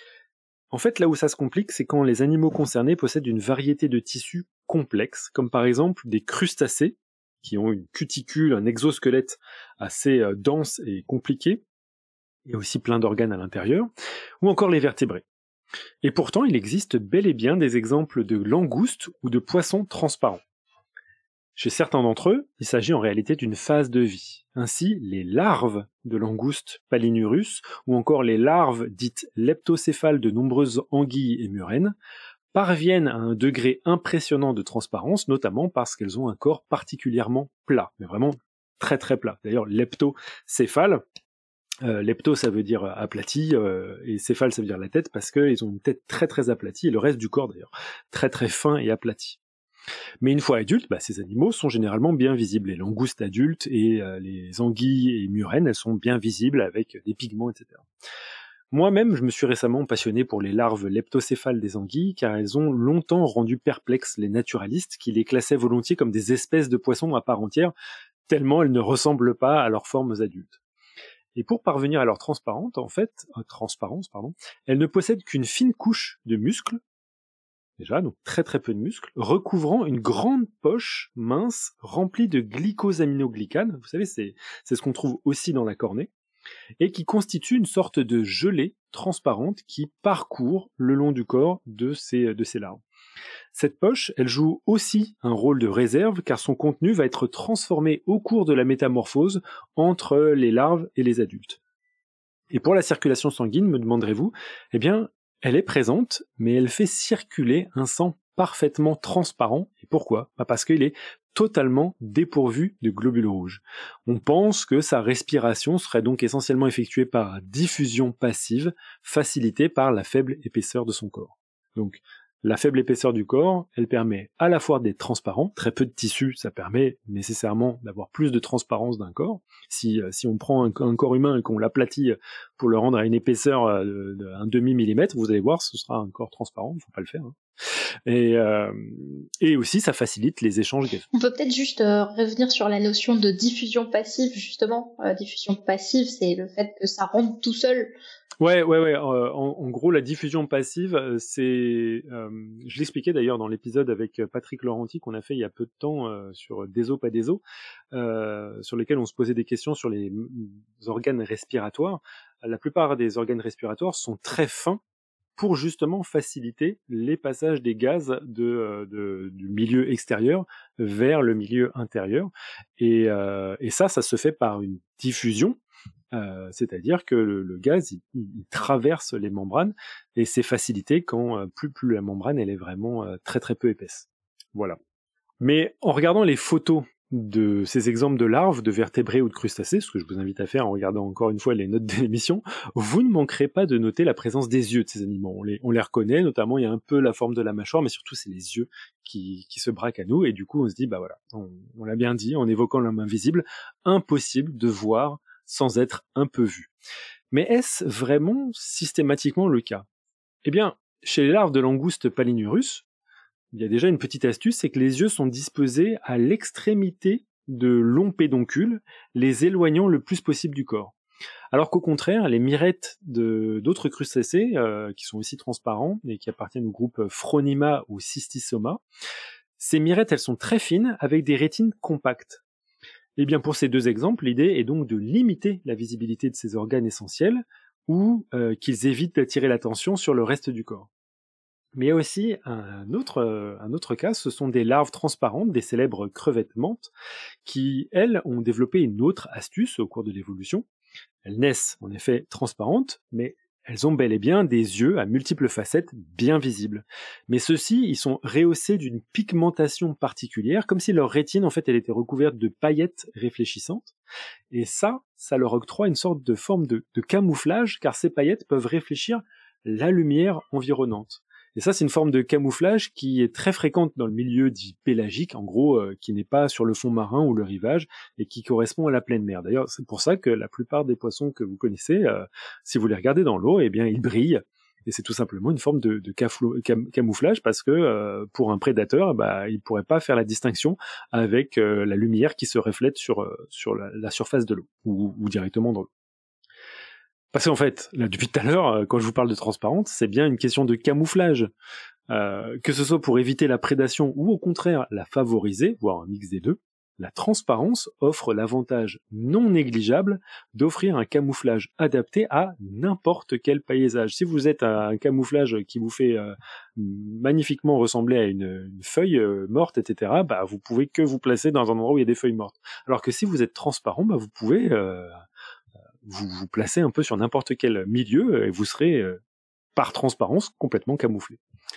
En fait, là où ça se complique, c'est quand les animaux concernés possèdent une variété de tissus complexes, comme par exemple des crustacés qui ont une cuticule, un exosquelette assez dense et compliqué, et aussi plein d'organes à l'intérieur, ou encore les vertébrés. Et pourtant, il existe bel et bien des exemples de langoustes ou de poissons transparents. Chez certains d'entre eux, il s'agit en réalité d'une phase de vie. Ainsi, les larves de langoustes palinurus, ou encore les larves dites leptocéphales de nombreuses anguilles et murènes, parviennent à un degré impressionnant de transparence, notamment parce qu'elles ont un corps particulièrement plat, mais vraiment très très plat. D'ailleurs, leptocéphale, lepto ça veut dire aplati, et céphale ça veut dire la tête, parce qu'ils ont une tête très très aplatie, et le reste du corps d'ailleurs, très très fin et aplati. Mais une fois adultes, ces animaux sont généralement bien visibles. Les langoustes adultes et les anguilles et murènes, elles sont bien visibles avec des pigments, etc. Moi-même, je me suis récemment passionné pour les larves leptocéphales des anguilles, car elles ont longtemps rendu perplexes les naturalistes qui les classaient volontiers comme des espèces de poissons à part entière, tellement elles ne ressemblent pas à leurs formes adultes. Et pour parvenir à leur transparence, elles ne possèdent qu'une fine couche de muscles, déjà, donc très très peu de muscles, recouvrant une grande poche mince remplie de glycosaminoglycanes, vous savez, c'est ce qu'on trouve aussi dans la cornée, et qui constitue une sorte de gelée transparente qui parcourt le long du corps de ces larves. Cette poche, elle joue aussi un rôle de réserve car son contenu va être transformé au cours de la métamorphose entre les larves et les adultes. Et pour la circulation sanguine, me demanderez-vous, eh bien, elle est présente, mais elle fait circuler un sang parfaitement transparent. Et pourquoi ? Parce qu'il est totalement dépourvu de globules rouges. On pense que sa respiration serait donc essentiellement effectuée par diffusion passive, facilitée par la faible épaisseur de son corps. Donc, la faible épaisseur du corps, elle permet à la fois d'être transparent, très peu de tissu, ça permet nécessairement d'avoir plus de transparence d'un corps. Si on prend un corps humain et qu'on l'aplatit pour le rendre à une épaisseur d'un demi-millimètre, vous allez voir, ce sera un corps transparent, il faut pas le faire. Et aussi, ça facilite les échanges gazeux. On peut peut-être juste revenir sur la notion de diffusion passive, justement. Diffusion passive, c'est le fait que ça rentre tout seul. Ouais. En gros, la diffusion passive, c'est... je l'expliquais d'ailleurs dans l'épisode avec Patrick Laurenti qu'on a fait il y a peu de temps sur des os, pas des os, sur lesquels on se posait des questions sur les organes respiratoires. La plupart des organes respiratoires sont très fins pour justement faciliter les passages des gaz du milieu extérieur vers le milieu intérieur. Et ça se fait par une diffusion. C'est-à-dire que le gaz il traverse les membranes et c'est facilité quand plus la membrane elle est vraiment très très peu épaisse. Voilà. Mais en regardant les photos de ces exemples de larves, de vertébrés ou de crustacés, ce que je vous invite à faire en regardant encore une fois les notes de l'émission, vous ne manquerez pas de noter la présence des yeux de ces animaux. On les reconnaît, notamment il y a un peu la forme de la mâchoire, mais surtout c'est les yeux qui se braquent à nous, et du coup on se dit, bah voilà, on l'a bien dit, en évoquant la main visible, impossible de voir sans être un peu vu. Mais est-ce vraiment systématiquement le cas ? Eh bien, chez les larves de langoustes palinurus, il y a déjà une petite astuce, c'est que les yeux sont disposés à l'extrémité de longs pédoncules, les éloignant le plus possible du corps. Alors qu'au contraire, les mirettes d'autres crustacés, qui sont aussi transparents et qui appartiennent au groupe Phronima ou Cystosoma, ces mirettes, elles sont très fines avec des rétines compactes. Et bien pour ces deux exemples, l'idée est donc de limiter la visibilité de ces organes essentiels ou qu'ils évitent d'attirer l'attention sur le reste du corps. Mais il y a aussi un autre cas, ce sont des larves transparentes, des célèbres crevettes menthes, qui, elles, ont développé une autre astuce au cours de l'évolution. Elles naissent en effet transparentes, mais elles ont bel et bien des yeux à multiples facettes bien visibles. Mais ceux-ci, ils sont rehaussés d'une pigmentation particulière, comme si leur rétine, en fait, elle était recouverte de paillettes réfléchissantes. Et ça leur octroie une sorte de forme de camouflage, car ces paillettes peuvent réfléchir la lumière environnante. Et ça, c'est une forme de camouflage qui est très fréquente dans le milieu dit pélagique, en gros, qui n'est pas sur le fond marin ou le rivage, et qui correspond à la pleine mer. D'ailleurs, c'est pour ça que la plupart des poissons que vous connaissez, si vous les regardez dans l'eau, eh bien, ils brillent. Et c'est tout simplement une forme de camouflage, parce que pour un prédateur, bah, il pourrait pas faire la distinction avec la lumière qui se reflète sur la surface de l'eau, ou directement dans l'eau. Parce qu'en fait, là, depuis tout à l'heure, quand je vous parle de transparence, c'est bien une question de camouflage. Que ce soit pour éviter la prédation ou au contraire la favoriser, voire un mix des deux, la transparence offre l'avantage non négligeable d'offrir un camouflage adapté à n'importe quel paysage. Si vous êtes à un camouflage qui vous fait magnifiquement ressembler à une feuille morte, etc., bah, vous pouvez que vous placer dans un endroit où il y a des feuilles mortes. Alors que si vous êtes transparent, bah, vous pouvez vous placer un peu sur n'importe quel milieu et vous serez, par transparence, complètement camouflé.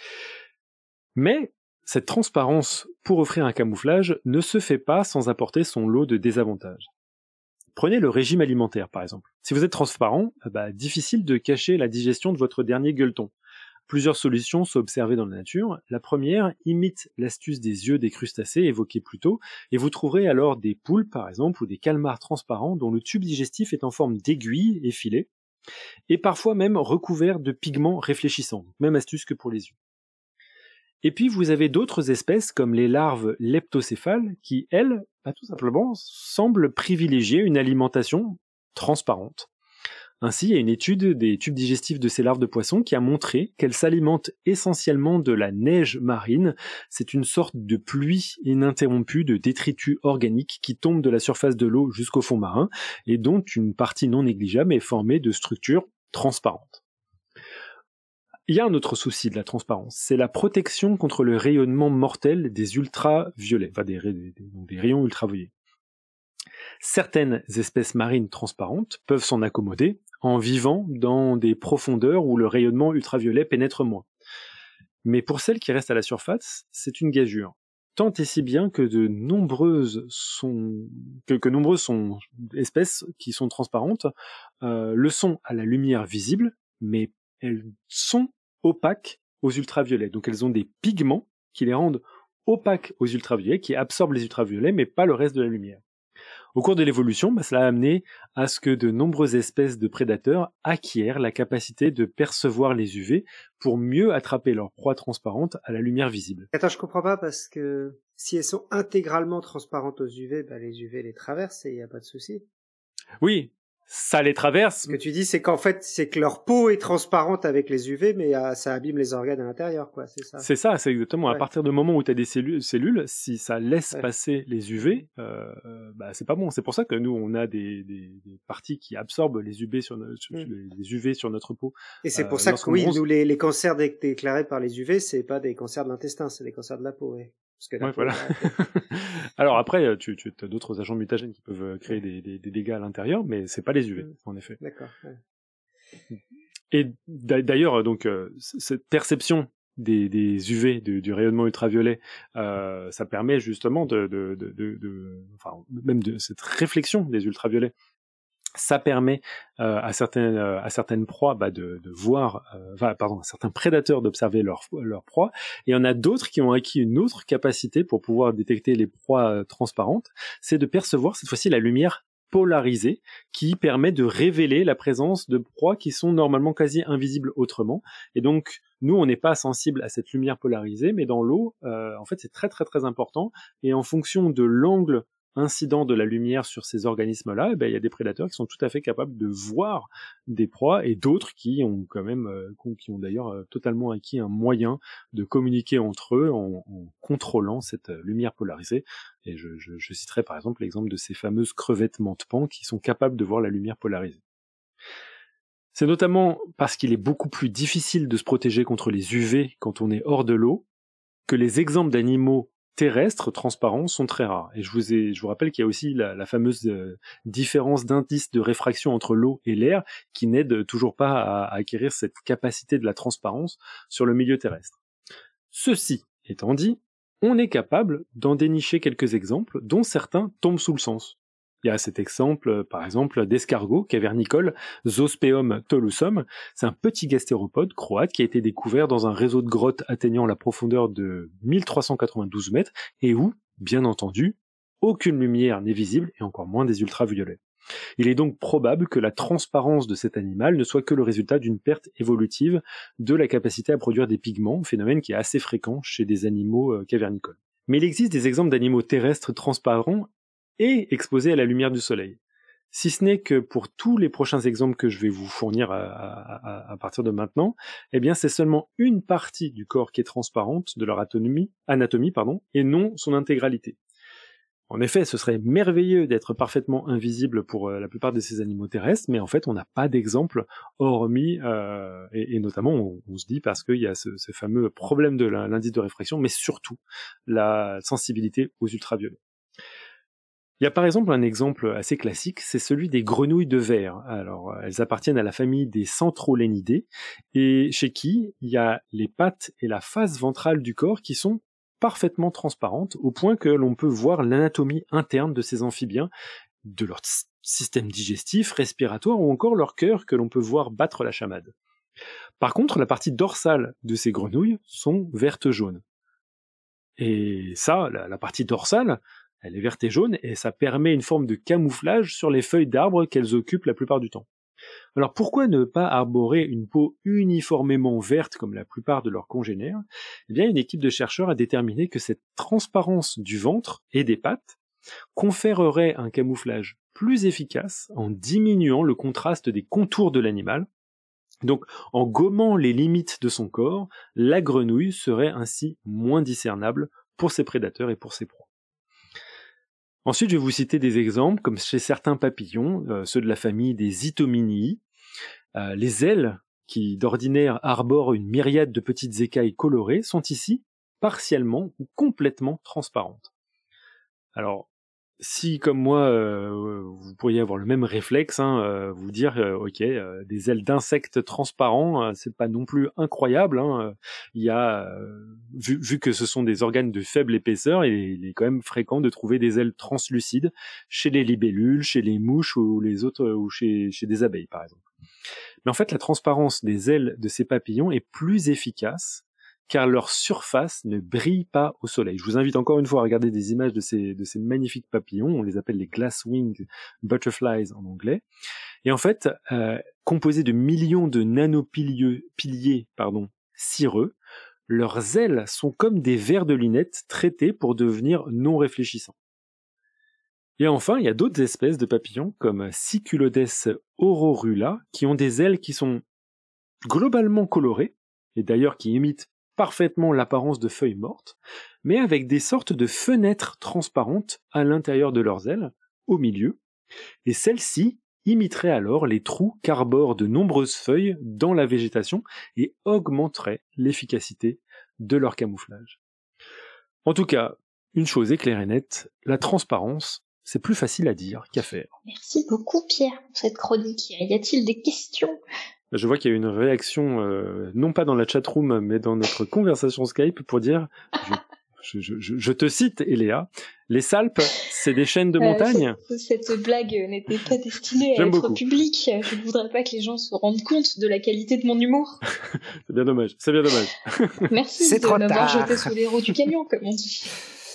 Mais cette transparence, pour offrir un camouflage, ne se fait pas sans apporter son lot de désavantages. Prenez le régime alimentaire, par exemple. Si vous êtes transparent, difficile de cacher la digestion de votre dernier gueuleton. Plusieurs solutions sont observées dans la nature. La première imite l'astuce des yeux des crustacés évoquée plus tôt, et vous trouverez alors des poules, par exemple, ou des calmars transparents dont le tube digestif est en forme d'aiguille effilée, et parfois même recouvert de pigments réfléchissants. Même astuce que pour les yeux. Et puis vous avez d'autres espèces comme les larves leptocéphales qui, elles, tout simplement, semblent privilégier une alimentation transparente. Ainsi, il y a une étude des tubes digestifs de ces larves de poissons qui a montré qu'elles s'alimentent essentiellement de la neige marine. C'est une sorte de pluie ininterrompue de détritus organiques qui tombent de la surface de l'eau jusqu'au fond marin et dont une partie non négligeable est formée de structures transparentes. Il y a un autre souci de la transparence, c'est la protection contre le rayonnement mortel des ultraviolets, enfin des rayons ultraviolets. Certaines espèces marines transparentes peuvent s'en accommoder en vivant dans des profondeurs où le rayonnement ultraviolet pénètre moins. Mais pour celles qui restent à la surface, c'est une gageure. Tant et si bien que nombreuses sont espèces qui sont transparentes, le sont à la lumière visible, mais elles sont opaques aux ultraviolets. Donc elles ont des pigments qui les rendent opaques aux ultraviolets, qui absorbent les ultraviolets, mais pas le reste de la lumière. Au cours de l'évolution, cela a amené à ce que de nombreuses espèces de prédateurs acquièrent la capacité de percevoir les UV pour mieux attraper leurs proies transparentes à la lumière visible. Attends, je comprends pas parce que si elles sont intégralement transparentes aux UV, les UV les traversent et il n'y a pas de souci. Oui, ça les traverse. Ce que tu dis, c'est qu'en fait, c'est que leur peau est transparente avec les UV, mais ça abîme les organes à l'intérieur, quoi, c'est ça. C'est ça, c'est exactement. Ouais. À partir du moment où tu as des cellules, si ça laisse passer les UV, c'est pas bon. C'est pour ça que nous, on a des parties qui absorbent les UV les UV sur notre peau. Et c'est pour ça que oui, nous, les cancers déclarés par les UV, c'est pas des cancers de l'intestin, c'est des cancers de la peau, ouais. Voilà. Alors après, tu as d'autres agents mutagènes qui peuvent créer des dégâts à l'intérieur, mais c'est pas les UV, en effet. D'accord. Ouais. Et d'ailleurs, donc cette perception des UV, du rayonnement ultraviolet, ça permet justement même de cette réflexion des ultraviolets. Ça permet à certaines proies de voir, à certains prédateurs d'observer leur proie. Et il y en a d'autres qui ont acquis une autre capacité pour pouvoir détecter les proies transparentes, c'est de percevoir cette fois-ci la lumière polarisée, qui permet de révéler la présence de proies qui sont normalement quasi invisibles autrement. Et donc, nous, on n'est pas sensible à cette lumière polarisée, mais dans l'eau, en fait, c'est très très très important. Et en fonction de l'angle incident de la lumière sur ces organismes-là, il y a des prédateurs qui sont tout à fait capables de voir des proies, et d'autres qui ont quand même, qui ont d'ailleurs totalement acquis un moyen de communiquer entre eux en contrôlant cette lumière polarisée. Et je citerai par exemple l'exemple de ces fameuses crevettes mentepans qui sont capables de voir la lumière polarisée. C'est notamment parce qu'il est beaucoup plus difficile de se protéger contre les UV quand on est hors de l'eau que les exemples d'animaux terrestres transparents sont très rares. Et je vous rappelle qu'il y a aussi la fameuse différence d'indice de réfraction entre l'eau et l'air qui n'aide toujours pas à acquérir cette capacité de la transparence sur le milieu terrestre. Ceci étant dit, on est capable d'en dénicher quelques exemples dont certains tombent sous le sens. Il y a cet exemple, par exemple, d'escargot cavernicole Zospeum tolosum. C'est un petit gastéropode croate qui a été découvert dans un réseau de grottes atteignant la profondeur de 1392 mètres et où, bien entendu, aucune lumière n'est visible et encore moins des ultraviolets. Il est donc probable que la transparence de cet animal ne soit que le résultat d'une perte évolutive de la capacité à produire des pigments, phénomène qui est assez fréquent chez des animaux cavernicoles. Mais il existe des exemples d'animaux terrestres transparents et exposés à la lumière du soleil. Si ce n'est que pour tous les prochains exemples que je vais vous fournir à partir de maintenant, eh bien c'est seulement une partie du corps qui est transparente de leur anatomie, et non son intégralité. En effet, ce serait merveilleux d'être parfaitement invisible pour la plupart de ces animaux terrestres, mais en fait, on n'a pas d'exemple hormis, et notamment, on se dit parce qu'il y a ce fameux problème de l'indice de réfraction, mais surtout la sensibilité aux ultraviolets. Il y a par exemple un exemple assez classique, c'est celui des grenouilles de verre. Alors, elles appartiennent à la famille des Centrolenidae, et chez qui il y a les pattes et la face ventrale du corps qui sont parfaitement transparentes, au point que l'on peut voir l'anatomie interne de ces amphibiens, de leur système digestif, respiratoire, ou encore leur cœur que l'on peut voir battre la chamade. Par contre, la partie dorsale de ces grenouilles sont vertes-jaunes. Et ça, la partie dorsale, elle est verte et jaune, et ça permet une forme de camouflage sur les feuilles d'arbres qu'elles occupent la plupart du temps. Alors pourquoi ne pas arborer une peau uniformément verte comme la plupart de leurs congénères ? Eh bien, une équipe de chercheurs a déterminé que cette transparence du ventre et des pattes conférerait un camouflage plus efficace en diminuant le contraste des contours de l'animal. Donc, en gommant les limites de son corps, la grenouille serait ainsi moins discernable pour ses prédateurs et pour ses proies. Ensuite, je vais vous citer des exemples, comme chez certains papillons, ceux de la famille des Itominii. Les ailes, qui d'ordinaire arborent une myriade de petites écailles colorées, sont ici partiellement ou complètement transparentes. Alors, si, comme moi, vous pourriez avoir le même réflexe, vous dire, des ailes d'insectes transparents, c'est pas non plus incroyable. Il y a, vu que ce sont des organes de faible épaisseur, il est quand même fréquent de trouver des ailes translucides chez les libellules, chez les mouches ou les autres, ou chez des abeilles, par exemple. Mais en fait, la transparence des ailes de ces papillons est plus efficace car leur surface ne brille pas au soleil. Je vous invite encore une fois à regarder des images de ces magnifiques papillons, on les appelle les glass-winged butterflies en anglais, et en fait, composés de millions de nanopiliers cireux, leurs ailes sont comme des verres de lunettes traités pour devenir non réfléchissants. Et enfin, il y a d'autres espèces de papillons, comme Siculodes aurorula, qui ont des ailes qui sont globalement colorées, et d'ailleurs qui imitent parfaitement l'apparence de feuilles mortes, mais avec des sortes de fenêtres transparentes à l'intérieur de leurs ailes, au milieu, et celles-ci imiteraient alors les trous qu'arborent de nombreuses feuilles dans la végétation et augmenteraient l'efficacité de leur camouflage. En tout cas, une chose est claire et nette, la transparence, c'est plus facile à dire qu'à faire. Merci beaucoup Pierre pour cette chronique. Y a-t-il des questions ? Je vois qu'il y a une réaction, non pas dans la chatroom, mais dans notre conversation Skype pour dire, je te cite, Eléa, les Salpes, c'est des chaînes de montagne. Cette blague n'était pas destinée à être publique. Je ne voudrais pas que les gens se rendent compte de la qualité de mon humour. C'est bien dommage. Merci de m'avoir jeté sous les roues du camion, comme on dit.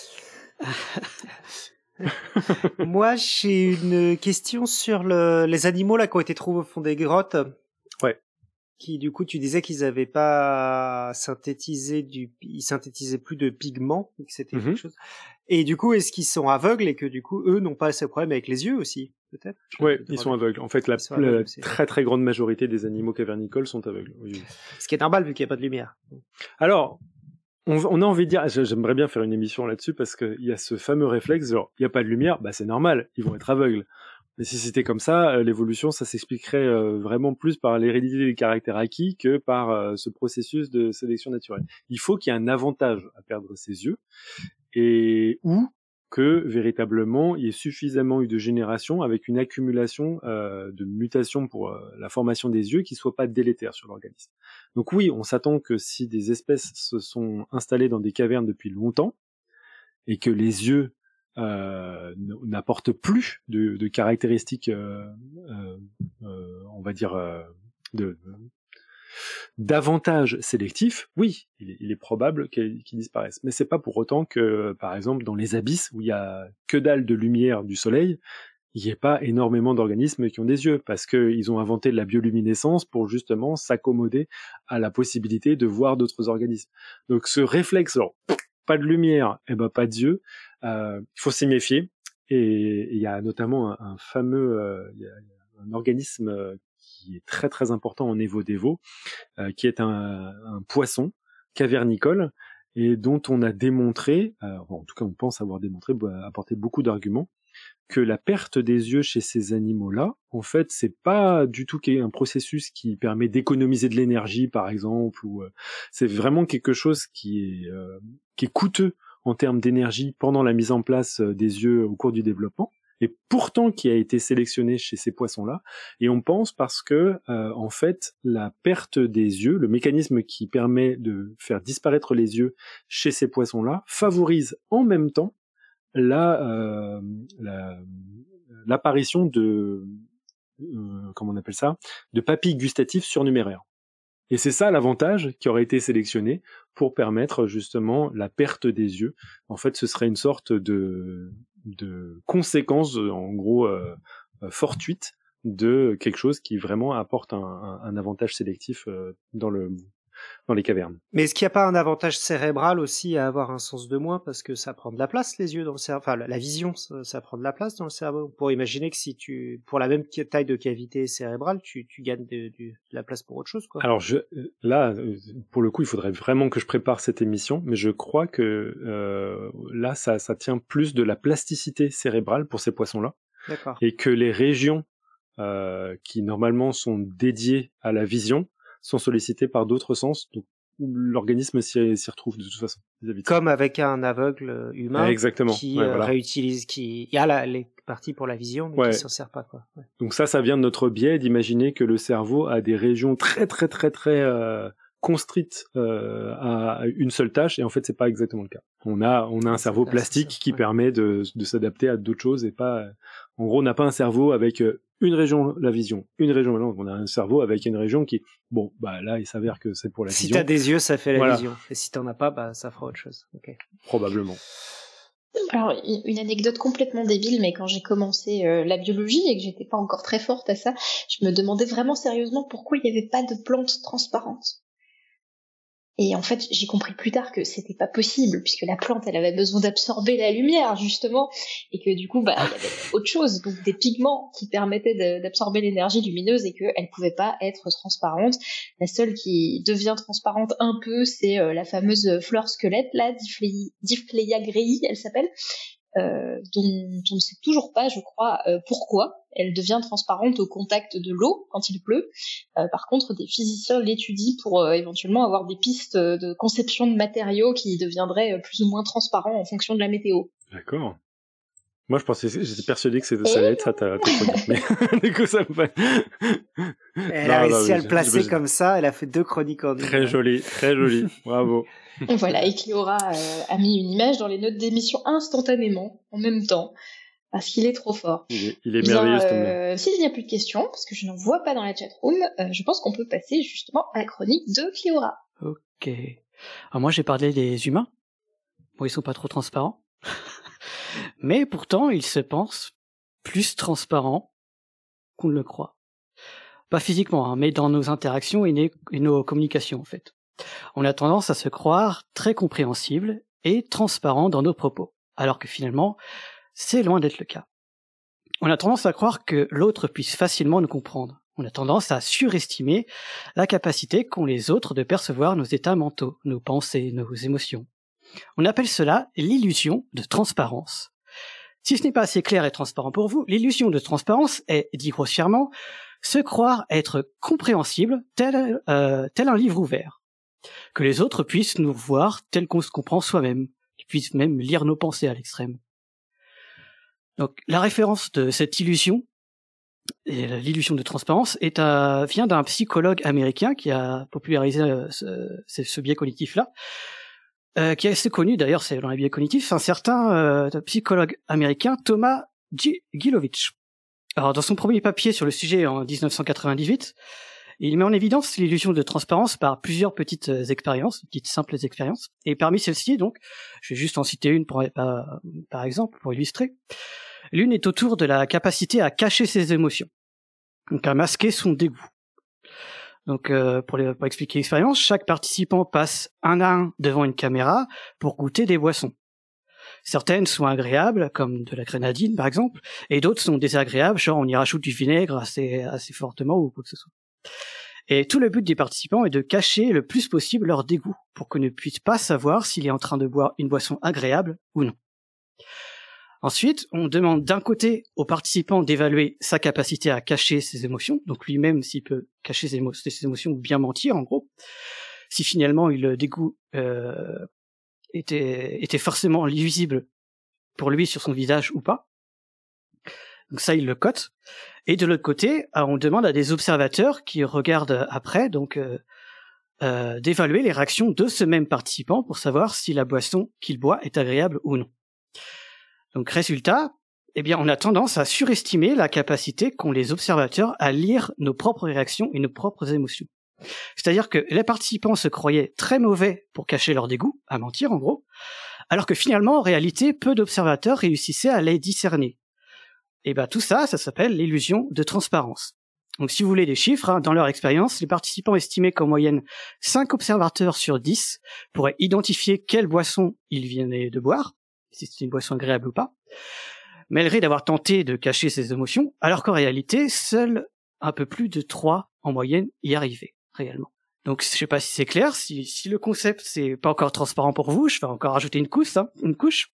Moi, j'ai une question sur les animaux là qui ont été trouvés au fond des grottes. Ouais. Qui, du coup, tu disais qu'ils avaient pas synthétisé ils synthétisaient plus de pigments, que c'était quelque chose. Et du coup, est-ce qu'ils sont aveugles et que du coup, eux n'ont pas ce problème avec les yeux aussi, peut-être? Ouais, ils sont aveugles. En fait, la très très grande majorité des animaux cavernicoles sont aveugles. Oui. Ce qui est normal vu qu'il n'y a pas de lumière. Alors, on a envie de dire, j'aimerais bien faire une émission là-dessus parce qu'il y a ce fameux réflexe, genre, il n'y a pas de lumière, bah c'est normal, ils vont être aveugles. Mais si c'était comme ça, l'évolution, ça s'expliquerait vraiment plus par l'hérédité des caractères acquis que par ce processus de sélection naturelle. Il faut qu'il y ait un avantage à perdre ses yeux, ou que véritablement il y ait suffisamment eu de générations avec une accumulation de mutations pour la formation des yeux qui soit pas délétère sur l'organisme. Donc oui, on s'attend que si des espèces se sont installées dans des cavernes depuis longtemps et que les yeux n'apportent plus de caractéristiques, on va dire, d'avantages sélectifs, oui, il est probable qu'ils disparaissent. Mais c'est pas pour autant que, par exemple, dans les abysses où il y a que dalle de lumière du soleil, il n'y ait pas énormément d'organismes qui ont des yeux, parce qu'ils ont inventé de la bioluminescence pour justement s'accommoder à la possibilité de voir d'autres organismes. Donc ce réflexe, alors, pas de lumière, et ben pas de yeux, il faut s'y méfier. Et il y a notamment un fameux, il y a un organisme qui est très très important en évo-dévo, qui est un poisson cavernicole et dont on a démontré, en tout cas on pense avoir démontré, apporté beaucoup d'arguments, que la perte des yeux chez ces animaux-là, en fait, c'est pas du tout un processus qui permet d'économiser de l'énergie, par exemple, ou c'est vraiment quelque chose qui est coûteux en termes d'énergie pendant la mise en place des yeux au cours du développement, et pourtant qui a été sélectionné chez ces poissons-là. Et on pense parce que, en fait, la perte des yeux, le mécanisme qui permet de faire disparaître les yeux chez ces poissons-là, favorise en même temps l'apparition de comment on appelle ça, de papilles gustatives surnuméraires. Et c'est ça l'avantage qui aurait été sélectionné pour permettre justement la perte des yeux. En fait, ce serait une sorte de conséquence, en gros, fortuite de quelque chose qui vraiment apporte un avantage sélectif dans les cavernes. Mais est-ce qu'il n'y a pas un avantage cérébral aussi à avoir un sens de moins, parce que ça prend de la place les yeux dans le cerveau, enfin la vision ça prend de la place dans le cerveau. On pourrait imaginer que si pour la même taille de cavité cérébrale, tu gagnes de la place pour autre chose, quoi. Alors là, pour le coup, il faudrait vraiment que je prépare cette émission, mais je crois que là, ça tient plus de la plasticité cérébrale pour ces poissons-là. D'accord. Et que les régions qui normalement sont dédiées à la vision sont sollicitées par d'autres sens, donc l'organisme s'y retrouve de toute façon. Comme avec un aveugle humain qui réutilise, qui a les parties pour la vision, mais qui s'en sert pas, quoi. Ouais. Donc ça vient de notre biais d'imaginer que le cerveau a des régions très très très très constrites à une seule tâche, et en fait c'est pas exactement le cas. On a un cerveau plastique qui permet de s'adapter à d'autres choses, et pas, en gros on n'a pas un cerveau avec une région la vision, une région la langue. On a un cerveau avec une région qui, bon, bah là, il s'avère que c'est pour la vision. Si t'as des yeux, ça fait la vision. Et si t'en as pas, bah ça fera autre chose. Okay. Probablement. Alors, une anecdote complètement débile, mais quand j'ai commencé la biologie et que j'étais pas encore très forte à ça, je me demandais vraiment sérieusement pourquoi il n'y avait pas de plantes transparentes. Et en fait, j'ai compris plus tard que c'était pas possible, puisque la plante, elle avait besoin d'absorber la lumière, justement, et que du coup, il y avait autre chose, donc des pigments qui permettaient d'absorber l'énergie lumineuse et qu'elle pouvait pas être transparente. La seule qui devient transparente un peu, c'est la fameuse fleur squelette, là, Diffleia grei, elle s'appelle, dont on ne sait toujours pas, je crois, pourquoi elle devient transparente au contact de l'eau quand il pleut. Par contre, des physiciens l'étudient pour éventuellement avoir des pistes de conception de matériaux qui deviendraient plus ou moins transparents en fonction de la météo. D'accord. Moi, j'étais persuadé que ça allait être ça, ta chronique. Mais du coup, ça me fait... Elle a réussi à le placer comme ça, elle a fait 2 chroniques en une. Très joli, bravo. Et voilà, et Cléora a mis une image dans les notes d'émission instantanément, en même temps, parce qu'il est trop fort. Il est merveilleux, cet homme-là. S'il n'y a plus de questions, parce que je n'en vois pas dans la chatroom, je pense qu'on peut passer justement à la chronique de Cléora. Ok. Alors moi, j'ai parlé des humains. Bon, ils sont pas trop transparents. Mais pourtant, ils se pensent plus transparents qu'on ne le croit. Pas physiquement, hein, mais dans nos interactions et nos communications, en fait. On a tendance à se croire très compréhensible et transparent dans nos propos, alors que finalement, c'est loin d'être le cas. On a tendance à croire que l'autre puisse facilement nous comprendre. On a tendance à surestimer la capacité qu'ont les autres de percevoir nos états mentaux, nos pensées, nos émotions. On appelle cela l'illusion de transparence. Si ce n'est pas assez clair et transparent pour vous, l'illusion de transparence est, dit grossièrement, se croire être compréhensible tel un livre ouvert. Que les autres puissent nous voir tel qu'on se comprend soi-même, qu'ils puissent même lire nos pensées à l'extrême. Donc la référence de cette illusion, et l'illusion de transparence, vient d'un psychologue américain qui a popularisé ce biais cognitif-là, qui est assez connu d'ailleurs, c'est dans les biais cognitifs, un certain psychologue américain, Thomas Gilovich. Alors dans son premier papier sur le sujet en 1998, il met en évidence l'illusion de transparence par plusieurs petites simples expériences. Et parmi celles-ci, donc, je vais juste en citer une par exemple, pour illustrer. L'une est autour de la capacité à cacher ses émotions, donc à masquer son dégoût. Donc, pour expliquer l'expérience, chaque participant passe un à un devant une caméra pour goûter des boissons. Certaines sont agréables, comme de la grenadine par exemple, et d'autres sont désagréables, genre on y rajoute du vinaigre assez fortement ou quoi que ce soit. Et tout le but des participants est de cacher le plus possible leur dégoût, pour qu'on ne puisse pas savoir s'il est en train de boire une boisson agréable ou non. Ensuite, on demande d'un côté aux participants d'évaluer sa capacité à cacher ses émotions, donc lui-même s'il peut cacher ses émotions ou bien mentir en gros, si finalement le dégoût était forcément visible pour lui sur son visage ou pas. Donc ça, il le cote. Et de l'autre côté, on demande à des observateurs qui regardent après, donc d'évaluer les réactions de ce même participant pour savoir si la boisson qu'il boit est agréable ou non. Donc résultat, eh bien, on a tendance à surestimer la capacité qu'ont les observateurs à lire nos propres réactions et nos propres émotions. C'est-à-dire que les participants se croyaient très mauvais pour cacher leur dégoût, à mentir en gros, alors que finalement, en réalité, peu d'observateurs réussissaient à les discerner. Et ben tout ça s'appelle l'illusion de transparence. Donc si vous voulez des chiffres, dans leur expérience, les participants estimaient qu'en moyenne 5 observateurs sur 10 pourraient identifier quelle boisson ils venaient de boire, si c'était une boisson agréable ou pas, malgré d'avoir tenté de cacher ses émotions, alors qu'en réalité, seuls un peu plus de 3 en moyenne y arrivaient, réellement. Donc je sais pas si c'est clair, si le concept c'est pas encore transparent pour vous, je vais encore ajouter une couche.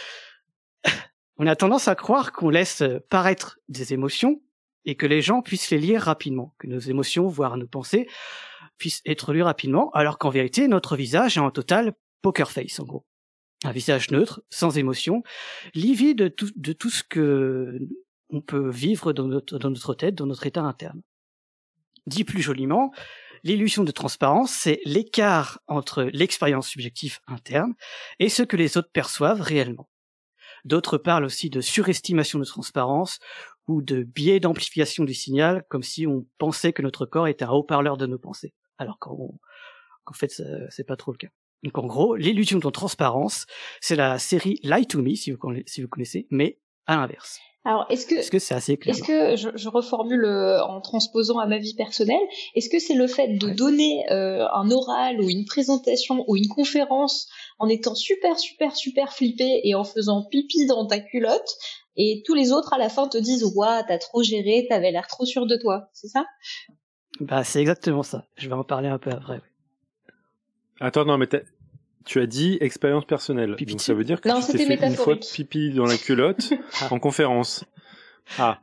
On a tendance à croire qu'on laisse paraître des émotions et que les gens puissent les lire rapidement, que nos émotions, voire nos pensées, puissent être lues rapidement, alors qu'en vérité, notre visage est en total poker face, en gros. Un visage neutre, sans émotion, livide de tout ce que on peut vivre dans notre tête, dans notre état interne. Dit plus joliment, l'illusion de transparence, c'est l'écart entre l'expérience subjective interne et ce que les autres perçoivent réellement. D'autres parlent aussi de surestimation de transparence ou de biais d'amplification du signal, comme si on pensait que notre corps était un haut-parleur de nos pensées, alors qu'en fait, c'est pas trop le cas. Donc en gros, l'illusion de transparence, c'est la série Lie to Me, si vous connaissez, mais à l'inverse. Alors, est-ce que c'est assez clair? Est-ce que je reformule en transposant à ma vie personnelle, est-ce que c'est le fait de donner un oral ou une présentation ou une conférence en étant super flippé et en faisant pipi dans ta culotte et tous les autres à la fin te disent « Ouah, t'as trop géré, t'avais l'air trop sûr de toi », c'est ça? Bah, c'est exactement ça. Je vais en parler un peu après. Attends, non, mais tu as dit expérience personnelle. Pipi. Donc ça veut dire que non, tu t'es fait une fois métaphorique. pipi dans la culotte en conférence. Ah.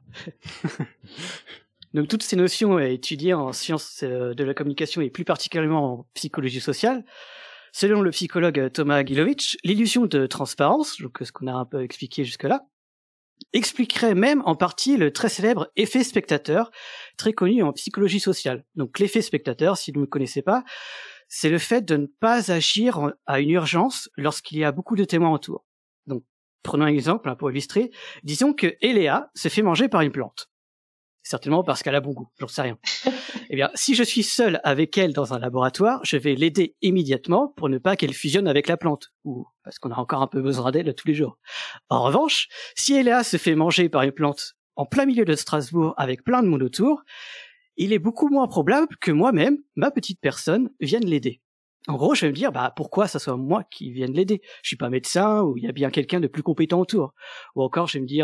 Donc toutes ces notions étudiées en sciences de la communication et plus particulièrement en psychologie sociale, selon le psychologue Thomas Gilovich, l'illusion de transparence, donc ce qu'on a un peu expliqué jusque-là, expliquerait même en partie le très célèbre effet spectateur, très connu en psychologie sociale. Donc l'effet spectateur, si vous ne connaissez pas, c'est le fait de ne pas agir à une urgence lorsqu'il y a beaucoup de témoins autour. Donc prenons un exemple pour illustrer. Disons que Eléa se fait manger par une plante. Certainement parce qu'elle a bon goût, j'en sais rien. Eh bien, si je suis seul avec elle dans un laboratoire, je vais l'aider immédiatement pour ne pas qu'elle fusionne avec la plante, ou parce qu'on a encore un peu besoin d'elle tous les jours. En revanche, si Eléa se fait manger par une plante en plein milieu de Strasbourg avec plein de monde autour, il est beaucoup moins probable que moi-même, ma petite personne, vienne l'aider. En gros, je vais me dire, pourquoi ça soit moi qui vienne l'aider? Je suis pas médecin, ou il y a bien quelqu'un de plus compétent autour. Ou encore, je vais me dire,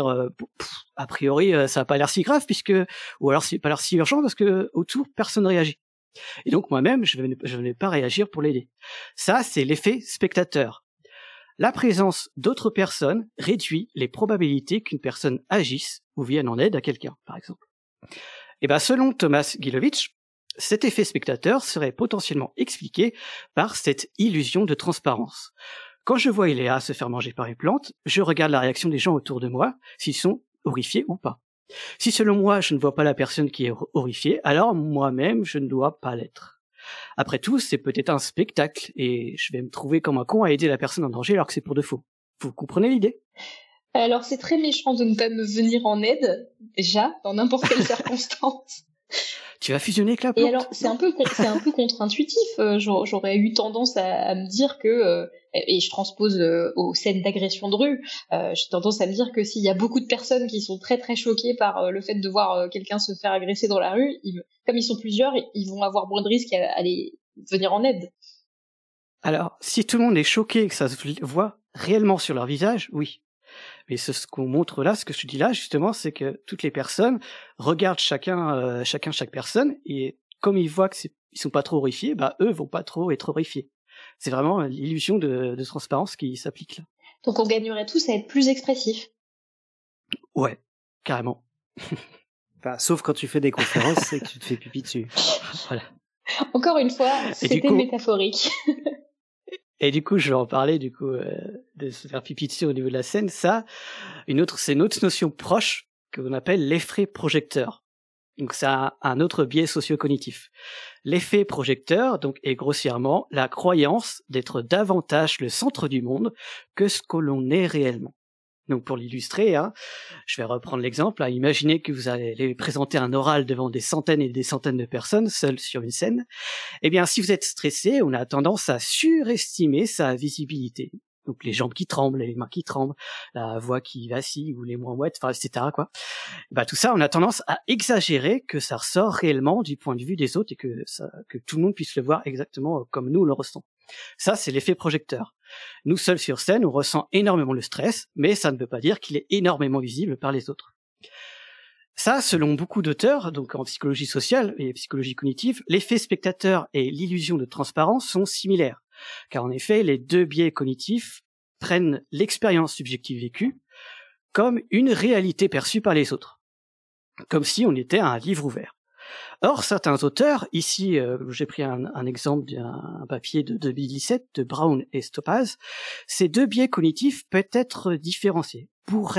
a priori, ça n'a pas l'air si grave, ou alors c'est pas l'air si urgent parce que autour, personne ne réagit. Et donc, moi-même, je ne vais pas réagir pour l'aider. Ça, c'est l'effet spectateur. La présence d'autres personnes réduit les probabilités qu'une personne agisse ou vienne en aide à quelqu'un, par exemple. Et selon Thomas Gilovich, cet effet spectateur serait potentiellement expliqué par cette illusion de transparence. Quand je vois Eléa se faire manger par une plante, je regarde la réaction des gens autour de moi, s'ils sont horrifiés ou pas. Si selon moi, je ne vois pas la personne qui est horrifiée, alors moi-même, je ne dois pas l'être. Après tout, c'est peut-être un spectacle, et je vais me trouver comme un con à aider la personne en danger alors que c'est pour de faux. Vous comprenez l'idée ? Alors c'est très méchant de ne pas me venir en aide, déjà, dans n'importe quelle circonstance. Tu vas fusionner avec la plante. Et alors, c'est un peu contre-intuitif. J'aurais eu tendance à me dire que, et je transpose aux scènes d'agression de rue, j'ai tendance à me dire que s'il y a beaucoup de personnes qui sont très très choquées par le fait de voir quelqu'un se faire agresser dans la rue, comme ils sont plusieurs, ils vont avoir moins de risques à aller venir en aide. Alors, si tout le monde est choqué et que ça se voit réellement sur leur visage, oui. Mais ce qu'on montre là, ce que je dis là, justement, c'est que toutes les personnes regardent chaque personne, et comme ils voient qu'ils sont pas trop horrifiés, eux vont pas trop être horrifiés. C'est vraiment l'illusion de transparence qui s'applique là. Donc on gagnerait tous à être plus expressifs. Ouais, carrément. Sauf quand tu fais des conférences et que tu te fais pipi dessus. Voilà. Encore une fois, c'était métaphorique. Et du coup, je vais en parler, de se faire pipi dessus au niveau de la scène. Ça, c'est une autre notion proche qu'on appelle l'effet projecteur. Donc, c'est un autre biais socio-cognitif. L'effet projecteur, donc, est grossièrement la croyance d'être davantage le centre du monde que ce que l'on est réellement. Donc, pour l'illustrer, je vais reprendre l'exemple. Imaginez que vous allez présenter un oral devant des centaines et des centaines de personnes, seules sur une scène. Eh bien, si vous êtes stressé, on a tendance à surestimer sa visibilité. Donc, les jambes qui tremblent, les mains qui tremblent, la voix qui vacille ou les moins mouettes, etc., quoi. Tout ça, on a tendance à exagérer que ça ressort réellement du point de vue des autres et que tout le monde puisse le voir exactement comme nous le ressentons. Ça, c'est l'effet projecteur. Nous seuls sur scène, on ressent énormément le stress, mais ça ne veut pas dire qu'il est énormément visible par les autres. Ça, selon beaucoup d'auteurs, donc en psychologie sociale et psychologie cognitive, l'effet spectateur et l'illusion de transparence sont similaires. Car en effet, les deux biais cognitifs prennent l'expérience subjective vécue comme une réalité perçue par les autres. Comme si on était un livre ouvert. Or, certains auteurs, ici j'ai pris un exemple d'un papier de 2017 de Brown et Stopaz, ces deux biais cognitifs pourraient être différenciés.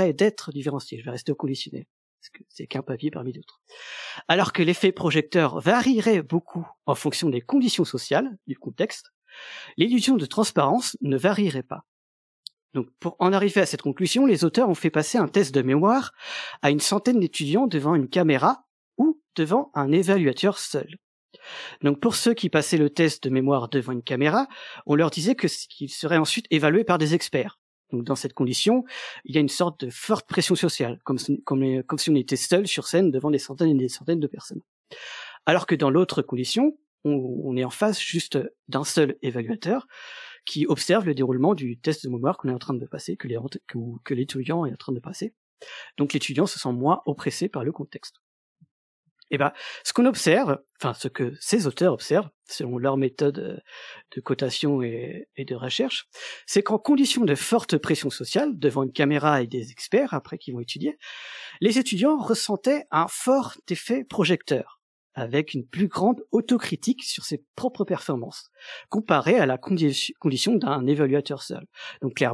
Je vais rester au conditionnel, parce que c'est qu'un papier parmi d'autres. Alors que l'effet projecteur varierait beaucoup en fonction des conditions sociales, du contexte, l'illusion de transparence ne varierait pas. Donc, pour en arriver à cette conclusion, les auteurs ont fait passer un test de mémoire à une centaine d'étudiants devant une caméra ou devant un évaluateur seul. Donc pour ceux qui passaient le test de mémoire devant une caméra, on leur disait qu'ils seraient ensuite évalués par des experts. Donc dans cette condition, il y a une sorte de forte pression sociale, comme si on était seul sur scène devant des centaines et des centaines de personnes. Alors que dans l'autre condition, on est en face juste d'un seul évaluateur qui observe le déroulement du test de mémoire qu'on est en train de passer, que l'étudiant est en train de passer. Donc l'étudiant se sent moins oppressé par le contexte. Et ce qu'on observe, ce que ces auteurs observent, selon leur méthode de cotation et de recherche, c'est qu'en conditions de forte pression sociale, devant une caméra et des experts, après qui vont étudier, les étudiants ressentaient un fort effet projecteur, avec une plus grande autocritique sur ses propres performances, comparé à la condition d'un évaluateur seul. Donc clairement,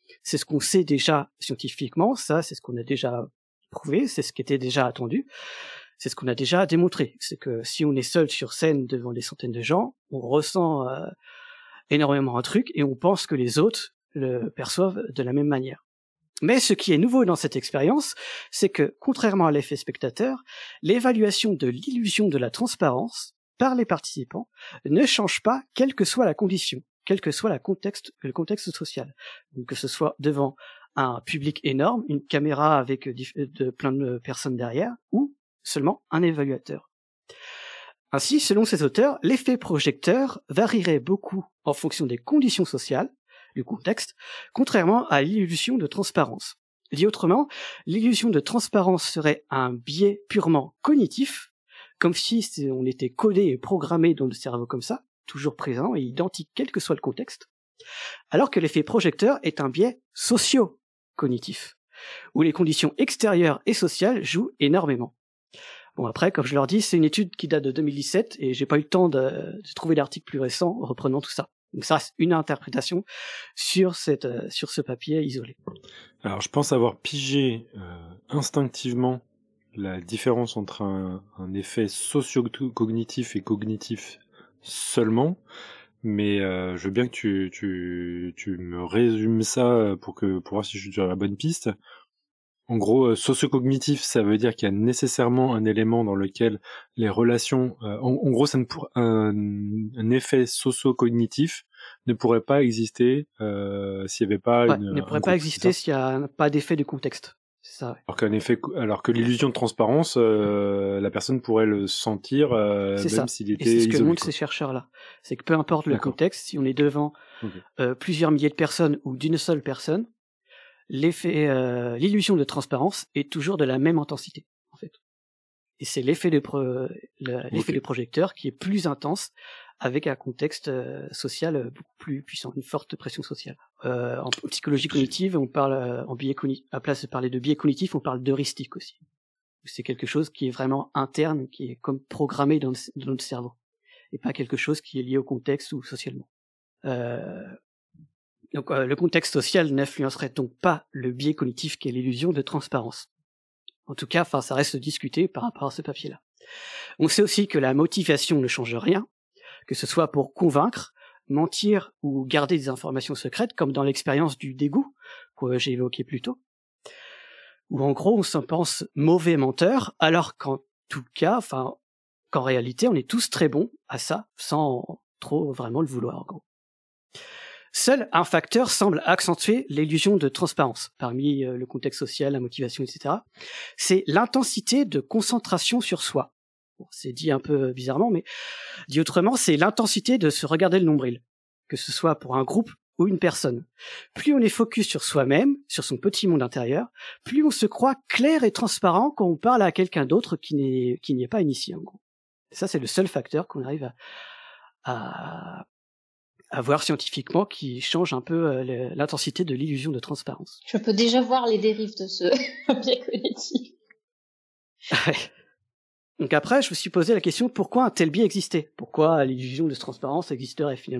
C'est ce qu'on sait déjà scientifiquement, ça, c'est ce qu'on a déjà prouvé, c'est ce qui était déjà attendu, c'est ce qu'on a déjà démontré. C'est que si on est seul sur scène devant des centaines de gens, on ressent énormément un truc et on pense que les autres le perçoivent de la même manière. Mais ce qui est nouveau dans cette expérience, c'est que, contrairement à l'effet spectateur, l'évaluation de l'illusion de la transparence par les participants ne change pas quelle que soit la condition, quel que soit le contexte social. Donc, que ce soit devant un public énorme, une caméra avec plein de personnes derrière, ou seulement un évaluateur. Ainsi, selon ces auteurs, l'effet projecteur varierait beaucoup en fonction des conditions sociales, du contexte, contrairement à l'illusion de transparence. Dit autrement, l'illusion de transparence serait un biais purement cognitif, comme si on était codé et programmé dans le cerveau comme ça, toujours présent et identique quel que soit le contexte, alors que l'effet projecteur est un biais socio-cognitif, où les conditions extérieures et sociales jouent énormément. Bon, après, comme je leur dis, c'est une étude qui date de 2017 et j'ai pas eu le temps de trouver d'articles plus récents reprenant tout ça. Donc ça reste une interprétation sur ce papier isolé. Alors je pense avoir pigé instinctivement la différence entre un effet socio-cognitif et cognitif seulement, mais je veux bien que tu me résumes ça pour voir si je suis sur la bonne piste. En gros, socio-cognitif, ça veut dire qu'il y a nécessairement un élément dans lequel les relations... en gros, un effet socio-cognitif ne pourrait pas exister s'il n'y avait pas ne pourrait pas exister s'il n'y a pas d'effet de contexte. C'est ça, ouais. Alors que l'illusion de transparence, la personne pourrait le sentir même s'il était isolé. Et c'est ce que montrent ces chercheurs-là. C'est que peu importe le contexte, si on est devant plusieurs milliers de personnes ou d'une seule personne, l'illusion de transparence est toujours de la même intensité, en fait. Et c'est l'effet de projecteur qui est plus intense avec un contexte social beaucoup plus puissant, une forte pression sociale. En psychologie cognitive, on parle à place de parler de biais cognitif, on parle d'heuristique aussi. C'est quelque chose qui est vraiment interne, qui est comme programmé dans notre cerveau, et pas quelque chose qui est lié au contexte ou socialement. Donc le contexte social n'influencerait donc pas le biais cognitif qui est l'illusion de transparence. En tout cas, ça reste discuté par rapport à ce papier-là. On sait aussi que la motivation ne change rien, que ce soit pour convaincre, mentir ou garder des informations secrètes, comme dans l'expérience du dégoût que j'ai évoqué plus tôt, où en gros on s'en pense mauvais menteur, alors qu'en tout cas, qu'en réalité on est tous très bons à ça, sans trop vraiment le vouloir en gros. Seul un facteur semble accentuer l'illusion de transparence, parmi le contexte social, la motivation, etc. C'est l'intensité de concentration sur soi. Bon, c'est dit un peu bizarrement, mais dit autrement, c'est l'intensité de se regarder le nombril, que ce soit pour un groupe ou une personne. Plus on est focus sur soi-même, sur son petit monde intérieur, plus on se croit clair et transparent quand on parle à quelqu'un d'autre qui n'y est pas initié, en gros. Et ça, c'est le seul facteur qu'on arrive à voir scientifiquement qui change un peu l'intensité de l'illusion de transparence. Je peux déjà voir les dérives de ce biais cognitif. Donc après, je me suis posé la question, pourquoi un tel biais existait ? Pourquoi l'illusion de transparence existerait finalement ?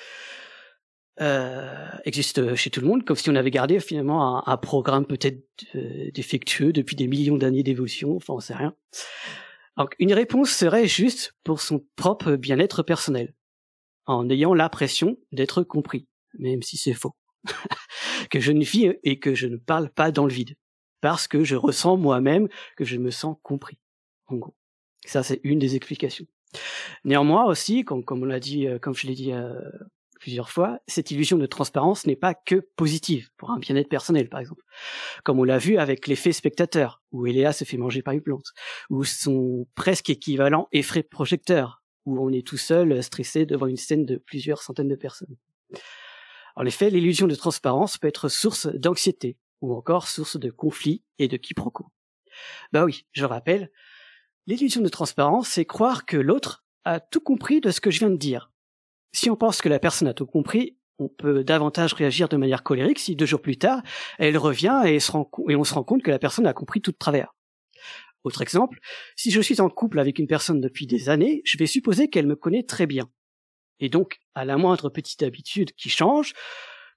Existe chez tout le monde, comme si on avait gardé finalement un programme peut-être défectueux depuis des millions d'années d'évolution, enfin on sait rien. Donc une réponse serait juste pour son propre bien-être personnel, en ayant l'impression d'être compris, même si c'est faux. Que je ne vis et que je ne parle pas dans le vide, parce que je ressens moi-même que je me sens compris, en gros. Ça, c'est une des explications. Néanmoins aussi, comme on l'a dit, comme je l'ai dit plusieurs fois, cette illusion de transparence n'est pas que positive, pour un bien-être personnel, par exemple. Comme on l'a vu avec l'effet spectateur, où Eléa se fait manger par une plante, ou son presque équivalent effet projecteur, où on est tout seul, stressé devant une scène de plusieurs centaines de personnes. En effet, l'illusion de transparence peut être source d'anxiété, ou encore source de conflits et de quiproquos. Bah oui, je rappelle, l'illusion de transparence, c'est croire que l'autre a tout compris de ce que je viens de dire. Si on pense que la personne a tout compris, on peut davantage réagir de manière colérique si 2 jours plus tard, elle revient et on se rend compte que la personne a compris tout de travers. Autre exemple, si je suis en couple avec une personne depuis des années, je vais supposer qu'elle me connaît très bien. Et donc, à la moindre petite habitude qui change,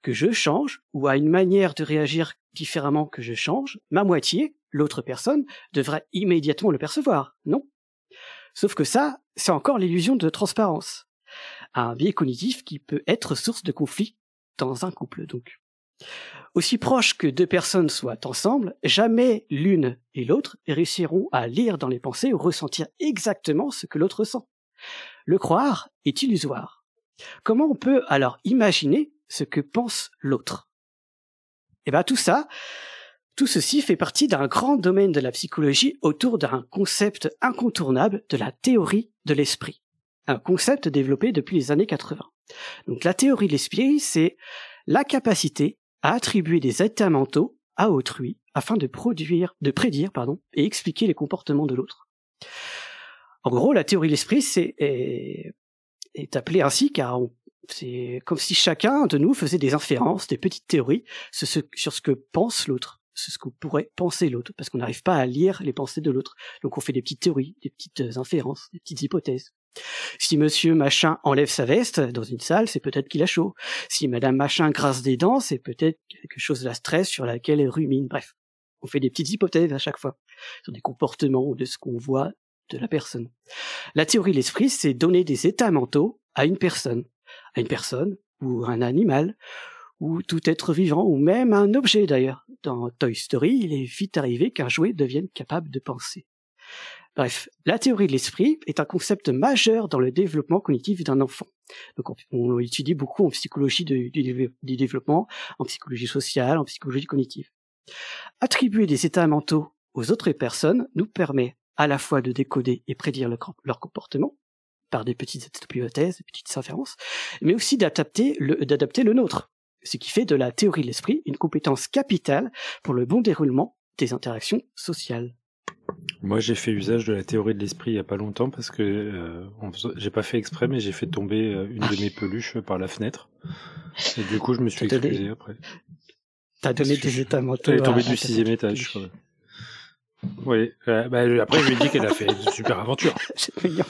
que je change, ou à une manière de réagir différemment que je change, ma moitié, l'autre personne, devrait immédiatement le percevoir, non? Sauf que ça, c'est encore l'illusion de transparence. Un biais cognitif qui peut être source de conflit dans un couple, donc. Aussi proches que deux personnes soient ensemble, jamais l'une et l'autre réussiront à lire dans les pensées ou ressentir exactement ce que l'autre ressent. Le croire est illusoire. Comment on peut alors imaginer ce que pense l'autre? Eh bien tout ceci fait partie d'un grand domaine de la psychologie autour d'un concept incontournable de la théorie de l'esprit. Un concept développé depuis les années 80. Donc la théorie de l'esprit, c'est la capacité à attribuer des états mentaux à autrui afin de prédire, et expliquer les comportements de l'autre. En gros, la théorie de l'esprit est appelée ainsi car c'est comme si chacun de nous faisait des inférences, des petites théories sur ce que pense l'autre, sur ce que pourrait penser l'autre, parce qu'on n'arrive pas à lire les pensées de l'autre. Donc on fait des petites théories, des petites inférences, des petites hypothèses. Si monsieur machin enlève sa veste dans une salle, c'est peut-être qu'il a chaud. Si madame machin grince des dents, c'est peut-être quelque chose de la stresse sur laquelle elle rumine. Bref, on fait des petites hypothèses à chaque fois, sur des comportements ou de ce qu'on voit de la personne. La théorie de l'esprit, c'est donner des états mentaux à une personne ou un animal, ou tout être vivant, ou même un objet d'ailleurs. Dans Toy Story, il est vite arrivé qu'un jouet devienne capable de penser. Bref, la théorie de l'esprit est un concept majeur dans le développement cognitif d'un enfant. Donc on l'étudie beaucoup en psychologie du développement, en psychologie sociale, en psychologie cognitive. Attribuer des états mentaux aux autres personnes nous permet à la fois de décoder et prédire leur comportement, par des petites hypothèses, des petites inférences, mais aussi d'adapter le nôtre, ce qui fait de la théorie de l'esprit une compétence capitale pour le bon déroulement des interactions sociales. Moi, j'ai fait usage de la théorie de l'esprit il y a pas longtemps parce que j'ai pas fait exprès, mais j'ai fait tomber une de mes peluches par la fenêtre. Et du coup, je me suis excusé après. T'as donné des états mentaux. Elle est tombée du 6e étage. Oui. Après, je lui ai dit qu'elle a fait une super aventure. C'est mignon.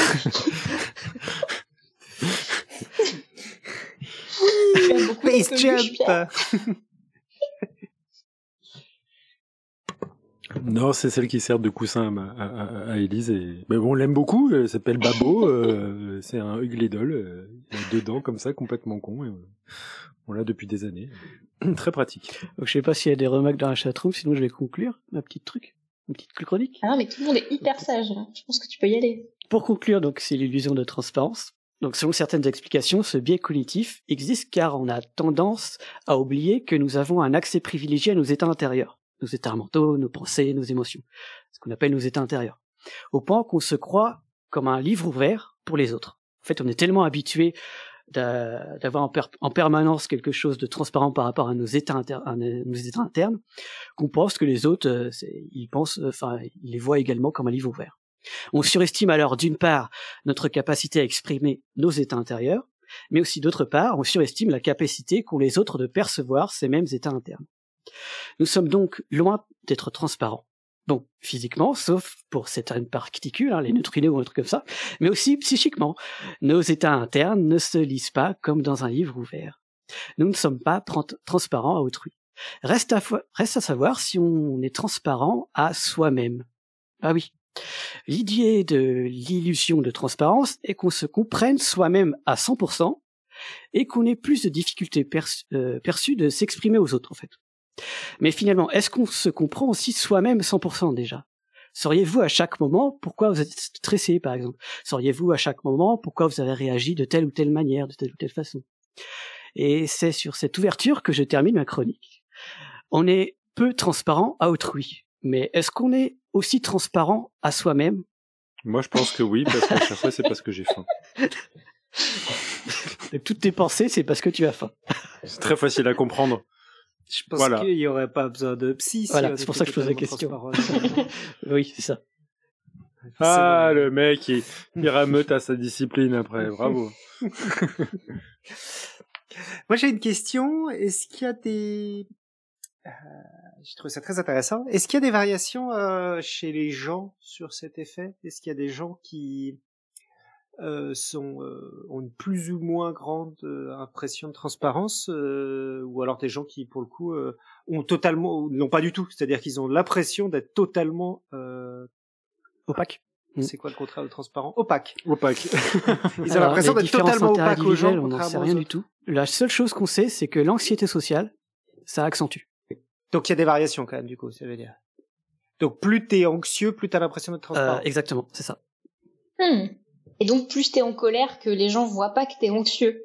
Space Jump. Non, c'est celle qui sert de coussin à Élise. Mais bon, on l'aime beaucoup. Elle s'appelle Babo. C'est un Ugly Doll. Il a 2 dents comme ça, complètement con. Et on l'a depuis des années. Très pratique. Donc, je sais pas s'il y a des remarques dans la chatroom, sinon je vais conclure ma petite chronique. Ah non, mais tout le monde est hyper sage. Là. Je pense que tu peux y aller. Pour conclure, donc, c'est l'illusion de transparence. Donc, selon certaines explications, ce biais cognitif existe car on a tendance à oublier que nous avons un accès privilégié à nos états intérieurs. Nos états mentaux, nos pensées, nos émotions, ce qu'on appelle nos états intérieurs, au point qu'on se croit comme un livre ouvert pour les autres. En fait, on est tellement habitué d'avoir en permanence quelque chose de transparent par rapport à nos états internes, qu'on pense que les autres, ils les voient également comme un livre ouvert. On surestime alors d'une part notre capacité à exprimer nos états intérieurs, mais aussi d'autre part, on surestime la capacité qu'ont les autres de percevoir ces mêmes états internes. Nous sommes donc loin d'être transparents. Bon, physiquement, sauf pour certaines particules, les neutrinos ou un truc comme ça, mais aussi psychiquement. Nos états internes ne se lisent pas comme dans un livre ouvert. Nous ne sommes pas transparents à autrui. Reste à savoir si on est transparent à soi-même. Ah oui. L'idée de l'illusion de transparence est qu'on se comprenne soi-même à 100% et qu'on ait plus de difficultés perçues de s'exprimer aux autres, en fait. Mais finalement, est-ce qu'on se comprend aussi soi-même 100% déjà? Sauriez-vous à chaque moment pourquoi vous êtes stressé, par exemple? Sauriez-vous à chaque moment pourquoi vous avez réagi de telle ou telle manière, de telle ou telle façon? Et c'est sur cette ouverture que je termine ma chronique. On est peu transparent à autrui, mais est-ce qu'on est aussi transparent à soi-même? Moi, je pense que oui, parce qu'à chaque fois, c'est parce que j'ai faim. Donc, toutes tes pensées, c'est parce que tu as faim. C'est très facile à comprendre. Je pense qu'il n'y aurait pas besoin de psy. Voilà, c'est pour ça que je pose la question. Oui, c'est ça. Ah, le mec, il rameute à sa discipline après. Bravo. Moi, j'ai une question. Est-ce qu'il y a des... je trouve ça très intéressant. Est-ce qu'il y a des variations chez les gens sur cet effet? Est-ce qu'il y a des gens qui ont une plus ou moins grande impression de transparence, ou alors des gens qui, pour le coup, n'ont pas du tout. C'est-à-dire qu'ils ont l'impression d'être totalement opaque. C'est quoi le contraire de transparent? Opaque. Ils ont l'impression d'être totalement opaques aux gens. On n'en sait rien du tout. La seule chose qu'on sait, c'est que l'anxiété sociale, ça accentue. Donc il y a des variations quand même, du coup, ça veut dire. Donc plus t'es anxieux, plus t'as l'impression d'être transparent. Exactement, c'est ça. Et donc plus t'es en colère, que les gens voient pas que t'es anxieux.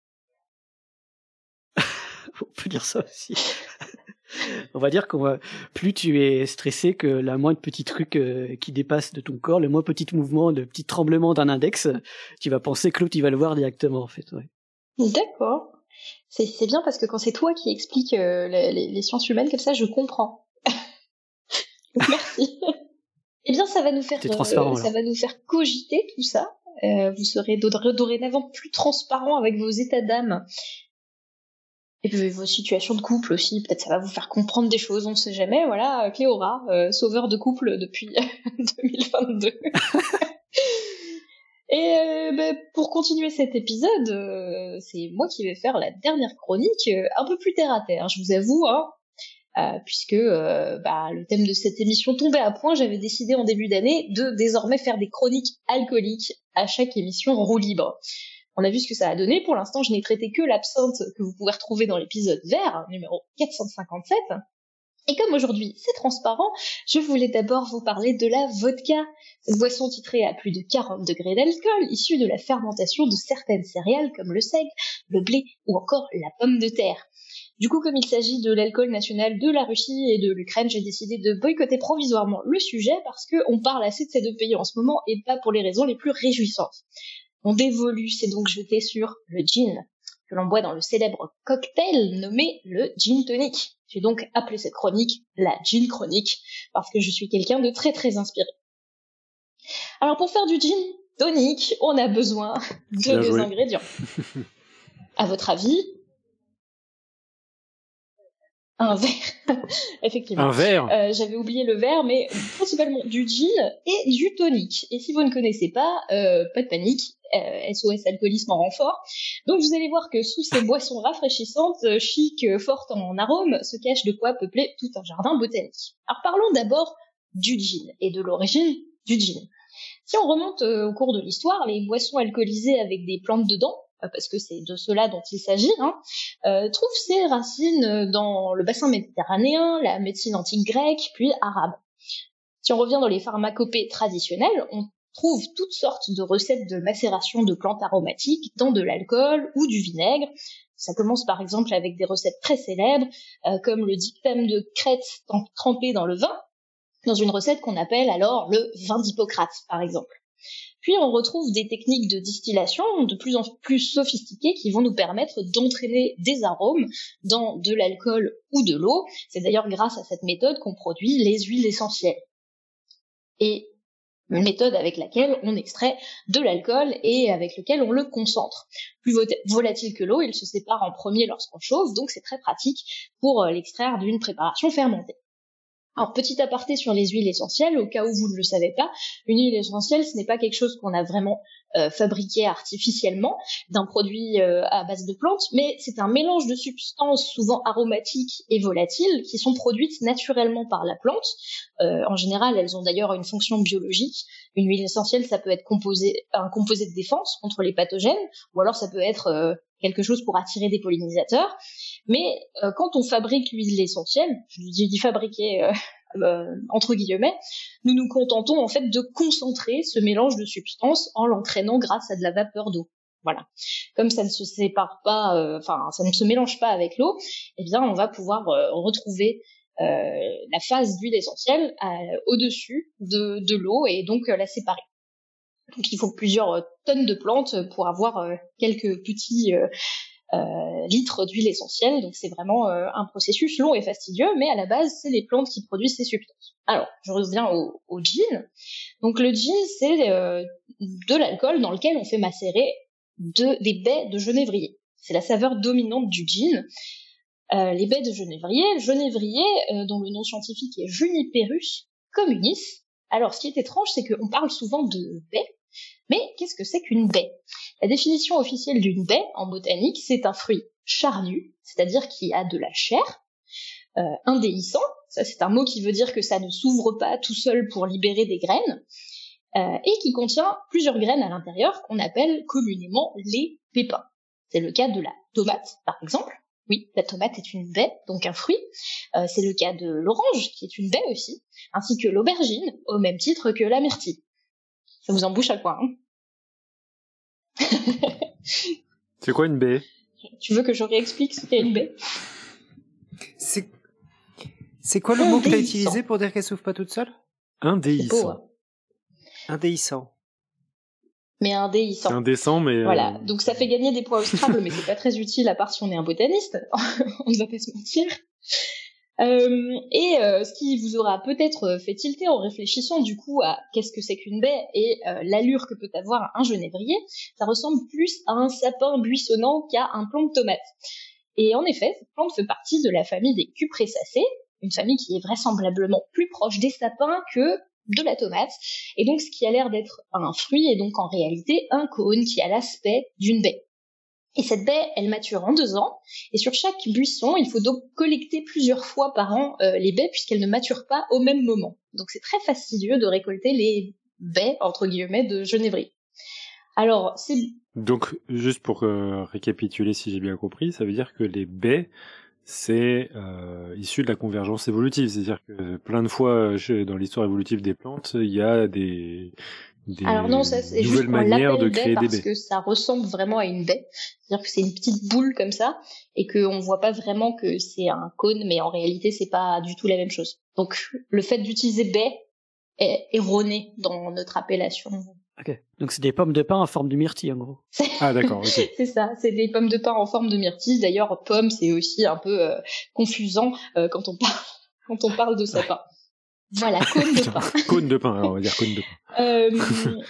On peut dire ça aussi. On va dire plus tu es stressé, que la moindre petit truc qui dépasse de ton corps, le moins petit mouvement, le petit tremblement d'un index, tu vas penser que l'autre il va le voir directement en fait. Ouais. D'accord. C'est bien parce que quand c'est toi qui expliques les sciences humaines comme ça, je comprends. Merci. Eh bien, ça va nous faire cogiter tout ça. Vous serez dorénavant plus transparent avec vos états d'âme. Et puis vos situations de couple aussi, peut-être ça va vous faire comprendre des choses, on ne sait jamais. Voilà, Cléora, sauveur de couple depuis 2022. Et pour continuer cet épisode, c'est moi qui vais faire la dernière chronique, un peu plus terre à terre, je vous avoue, puisque le thème de cette émission tombait à point. J'avais décidé en début d'année de désormais faire des chroniques alcooliques à chaque émission roue libre. On a vu ce que ça a donné. Pour l'instant, je n'ai traité que l'absinthe que vous pouvez retrouver dans l'épisode vert, numéro 457. Et comme aujourd'hui c'est transparent, je voulais d'abord vous parler de la vodka, cette boisson titrée à plus de 40 degrés d'alcool, issue de la fermentation de certaines céréales comme le seigle, le blé ou encore la pomme de terre. Du coup, comme il s'agit de l'alcool national de la Russie et de l'Ukraine, j'ai décidé de boycotter provisoirement le sujet parce qu'on parle assez de ces deux pays en ce moment et pas pour les raisons les plus réjouissantes. Mon dévolu s'est donc jeté sur le gin, que l'on boit dans le célèbre cocktail nommé le gin tonic. J'ai donc appelé cette chronique la gin chronique, parce que je suis quelqu'un de très très inspiré. Alors pour faire du gin tonic, on a besoin de deux ingrédients. À votre avis? Un verre. Effectivement. Un verre. J'avais oublié le verre, mais principalement du gin et du tonic. Et si vous ne connaissez pas, pas de panique, SOS alcoolisme en renfort. Donc vous allez voir que sous ces boissons rafraîchissantes, chic, fortes en arômes, se cache de quoi peupler tout un jardin botanique. Alors parlons d'abord du gin et de l'origine du gin. Si on remonte au cours de l'histoire, les boissons alcoolisées avec des plantes dedans, parce que c'est de cela dont il s'agit, trouvent ses racines dans le bassin méditerranéen, la médecine antique grecque, puis arabe. Si on revient dans les pharmacopées traditionnelles, on trouve toutes sortes de recettes de macération de plantes aromatiques dans de l'alcool ou du vinaigre. Ça commence par exemple avec des recettes très célèbres, comme le dictame de Crète trempé dans le vin, dans une recette qu'on appelle alors le vin d'Hippocrate, par exemple. Puis on retrouve des techniques de distillation de plus en plus sophistiquées qui vont nous permettre d'entraîner des arômes dans de l'alcool ou de l'eau. C'est d'ailleurs grâce à cette méthode qu'on produit les huiles essentielles. Et une méthode avec laquelle on extrait de l'alcool et avec lequel on le concentre. Plus volatile que l'eau, il se sépare en premier lorsqu'on chauffe, donc c'est très pratique pour l'extraire d'une préparation fermentée. Alors, petit aparté sur les huiles essentielles, au cas où vous ne le savez pas, une huile essentielle, ce n'est pas quelque chose qu'on a vraiment fabriqué artificiellement d'un produit à base de plantes, mais c'est un mélange de substances souvent aromatiques et volatiles qui sont produites naturellement par la plante. En général, elles ont d'ailleurs une fonction biologique. Une huile essentielle, ça peut être un composé de défense contre les pathogènes, ou alors ça peut être quelque chose pour attirer des pollinisateurs. Mais quand on fabrique l'huile essentielle, je dis fabriquer entre guillemets, nous nous contentons en fait de concentrer ce mélange de substances en l'entraînant grâce à de la vapeur d'eau. Voilà. Comme ça ne se sépare pas, ça ne se mélange pas avec l'eau, eh bien on va pouvoir retrouver la phase d'huile essentielle au-dessus de l'eau et donc la séparer. Donc il faut plusieurs tonnes de plantes pour avoir quelques petits litres d'huile essentielle, donc c'est vraiment un processus long et fastidieux, mais à la base c'est les plantes qui produisent ces substances. Alors je reviens au gin. Donc le gin c'est de l'alcool dans lequel on fait macérer des baies de genévrier. C'est la saveur dominante du gin. Les baies de genévrier, dont le nom scientifique est Juniperus communis. Alors ce qui est étrange c'est qu'on parle souvent de baies, Mais qu'est-ce que c'est qu'une baie ? La définition officielle d'une baie, en botanique, c'est un fruit charnu, c'est-à-dire qui a de la chair, indéhiscent, ça c'est un mot qui veut dire que ça ne s'ouvre pas tout seul pour libérer des graines, et qui contient plusieurs graines à l'intérieur qu'on appelle communément les pépins. C'est le cas de la tomate, par exemple. Oui, la tomate est une baie, donc un fruit. C'est le cas de l'orange, qui est une baie aussi, ainsi que l'aubergine, au même titre que la myrtille. Ça vous en bouche à quoi, hein? C'est quoi une baie ? Tu veux que je réexplique ce qu'est une baie ? C'est quoi le mot que tu as utilisé pour dire qu'elle s'ouvre pas toute seule ? Indéhiscent. C'est beau, hein. Indéhiscent. Mais indéhiscent. C'est indécent, mais... Voilà, donc ça fait gagner des points au Scrabble, mais c'est pas très utile à part si on est un botaniste, on ne va pas se mentir. Ce qui vous aura peut-être fait tilter en réfléchissant du coup à qu'est-ce que c'est qu'une baie et l'allure que peut avoir un genévrier, ça ressemble plus à un sapin buissonnant qu'à un plant de tomate. Et en effet, cette plante fait partie de la famille des Cupressacées, une famille qui est vraisemblablement plus proche des sapins que de la tomate, et donc ce qui a l'air d'être un fruit est donc en réalité un cône qui a l'aspect d'une baie. Et cette baie, elle mature en 2 ans, et sur chaque buisson, il faut donc collecter plusieurs fois par an les baies, puisqu'elles ne maturent pas au même moment. Donc c'est très fastidieux de récolter les baies, entre guillemets, de genévrier. Alors, c'est... Donc, juste pour récapituler si j'ai bien compris, ça veut dire que les baies, c'est issu de la convergence évolutive. C'est-à-dire que plein de fois dans l'histoire évolutive des plantes, il y a des Alors non, ça c'est nouvelles juste qu'on manières de l'appelle créer baie des parce baies. que ça ressemble vraiment à une baie. C'est-à-dire que c'est une petite boule comme ça et qu'on voit pas vraiment que c'est un cône, mais en réalité c'est pas du tout la même chose. Donc le fait d'utiliser baie est erroné dans notre appellation. Ok. Donc c'est des pommes de pin en forme de myrtille en gros. Ah d'accord, ok. C'est ça, c'est des pommes de pin en forme de myrtille. D'ailleurs, pomme c'est aussi un peu confusant quand on parle de sapin. Voilà, cône de pain. Cône de pain, alors on va dire cône de pain.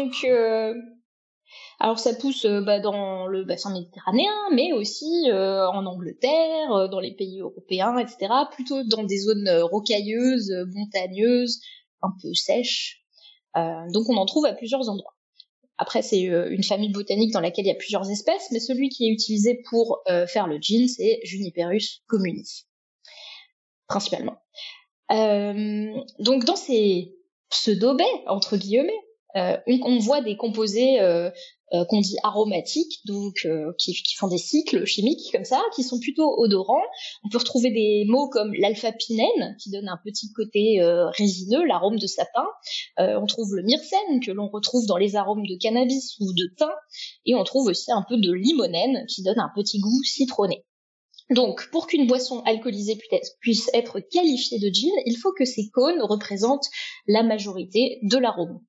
Alors ça pousse dans le bassin méditerranéen, mais aussi en Angleterre, dans les pays européens, etc. Plutôt dans des zones rocailleuses, montagneuses, un peu sèches. Donc on en trouve à plusieurs endroits. Après, c'est une famille botanique dans laquelle il y a plusieurs espèces, mais celui qui est utilisé pour faire le gin, c'est Juniperus communis, principalement. Donc dans ces pseudo-baies, entre guillemets, on voit des composés qu'on dit aromatiques, donc qui font des cycles chimiques comme ça, qui sont plutôt odorants. On peut retrouver des mots comme l'alpha-pinène, qui donne un petit côté résineux, l'arôme de sapin. On trouve le myrcène, que l'on retrouve dans les arômes de cannabis ou de thym. Et on trouve aussi un peu de limonène, qui donne un petit goût citronné. Donc, pour qu'une boisson alcoolisée puisse être qualifiée de gin, il faut que ces cônes représentent la majorité de l'arôme.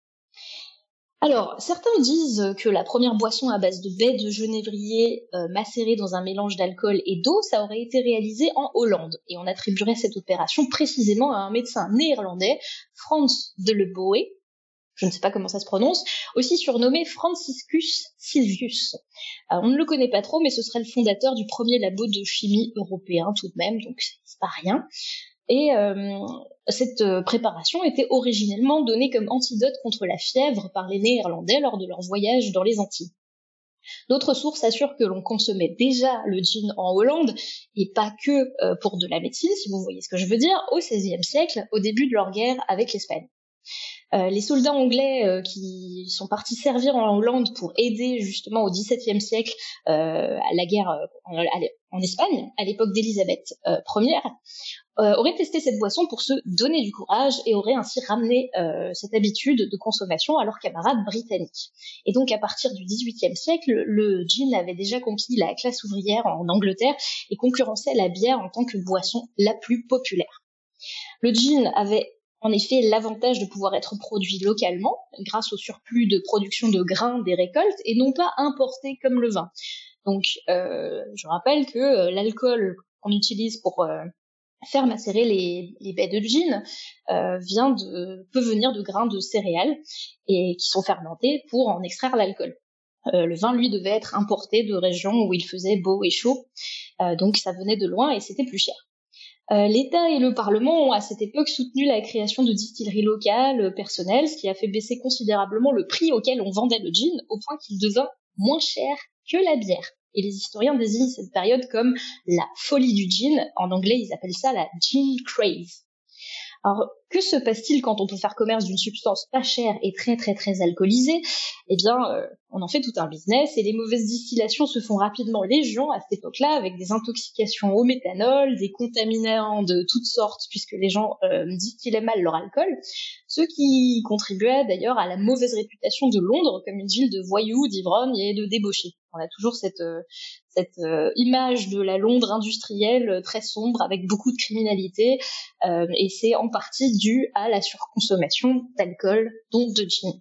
Alors, certains disent que la première boisson à base de baies de genévrier macérées dans un mélange d'alcool et d'eau, ça aurait été réalisé en Hollande. Et on attribuerait cette opération précisément à un médecin néerlandais, Frans de Le Boé, je ne sais pas comment ça se prononce, aussi surnommé Franciscus Sylvius. On ne le connaît pas trop, mais ce serait le fondateur du premier labo de chimie européen tout de même, donc c'est pas rien. Et cette préparation était originellement donnée comme antidote contre la fièvre par les Néerlandais lors de leur voyage dans les Antilles. D'autres sources assurent que l'on consommait déjà le gin en Hollande, et pas que pour de la médecine, si vous voyez ce que je veux dire, au XVIe siècle, au début de leur guerre avec l'Espagne. Les soldats anglais qui sont partis servir en Hollande pour aider justement au XVIIe siècle à la guerre en Espagne, à l'époque d'Élisabeth Ier, auraient testé cette boisson pour se donner du courage et auraient ainsi ramené cette habitude de consommation à leurs camarades britanniques. Et donc à partir du XVIIIe siècle, le gin avait déjà conquis la classe ouvrière en Angleterre et concurrençait la bière en tant que boisson la plus populaire. Le gin avait en effet l'avantage de pouvoir être produit localement grâce au surplus de production de grains des récoltes et non pas importé comme le vin. Donc je rappelle que l'alcool qu'on utilise pour faire macérer les baies de gin peut venir de grains de céréales et qui sont fermentés pour en extraire l'alcool. Le vin, lui, devait être importé de régions où il faisait beau et chaud, donc ça venait de loin et c'était plus cher. L'État et le Parlement ont à cette époque soutenu la création de distilleries locales, personnelles, ce qui a fait baisser considérablement le prix auquel on vendait le gin, au point qu'il devint moins cher que la bière. Et les historiens désignent cette période comme la folie du gin. En anglais, ils appellent ça la gin craze. Alors, que se passe-t-il quand on peut faire commerce d'une substance pas chère et très très très alcoolisée ? Eh bien, on en fait tout un business et les mauvaises distillations se font rapidement légion à cette époque-là, avec des intoxications au méthanol, des contaminants de toutes sortes puisque les gens distillaient mal leur alcool, ce qui contribuait d'ailleurs à la mauvaise réputation de Londres comme une ville de voyous, d'ivrognes et de débauchés. On a toujours cette image de la Londres industrielle très sombre avec beaucoup de criminalité et c'est en partie dû à la surconsommation d'alcool, donc de gin.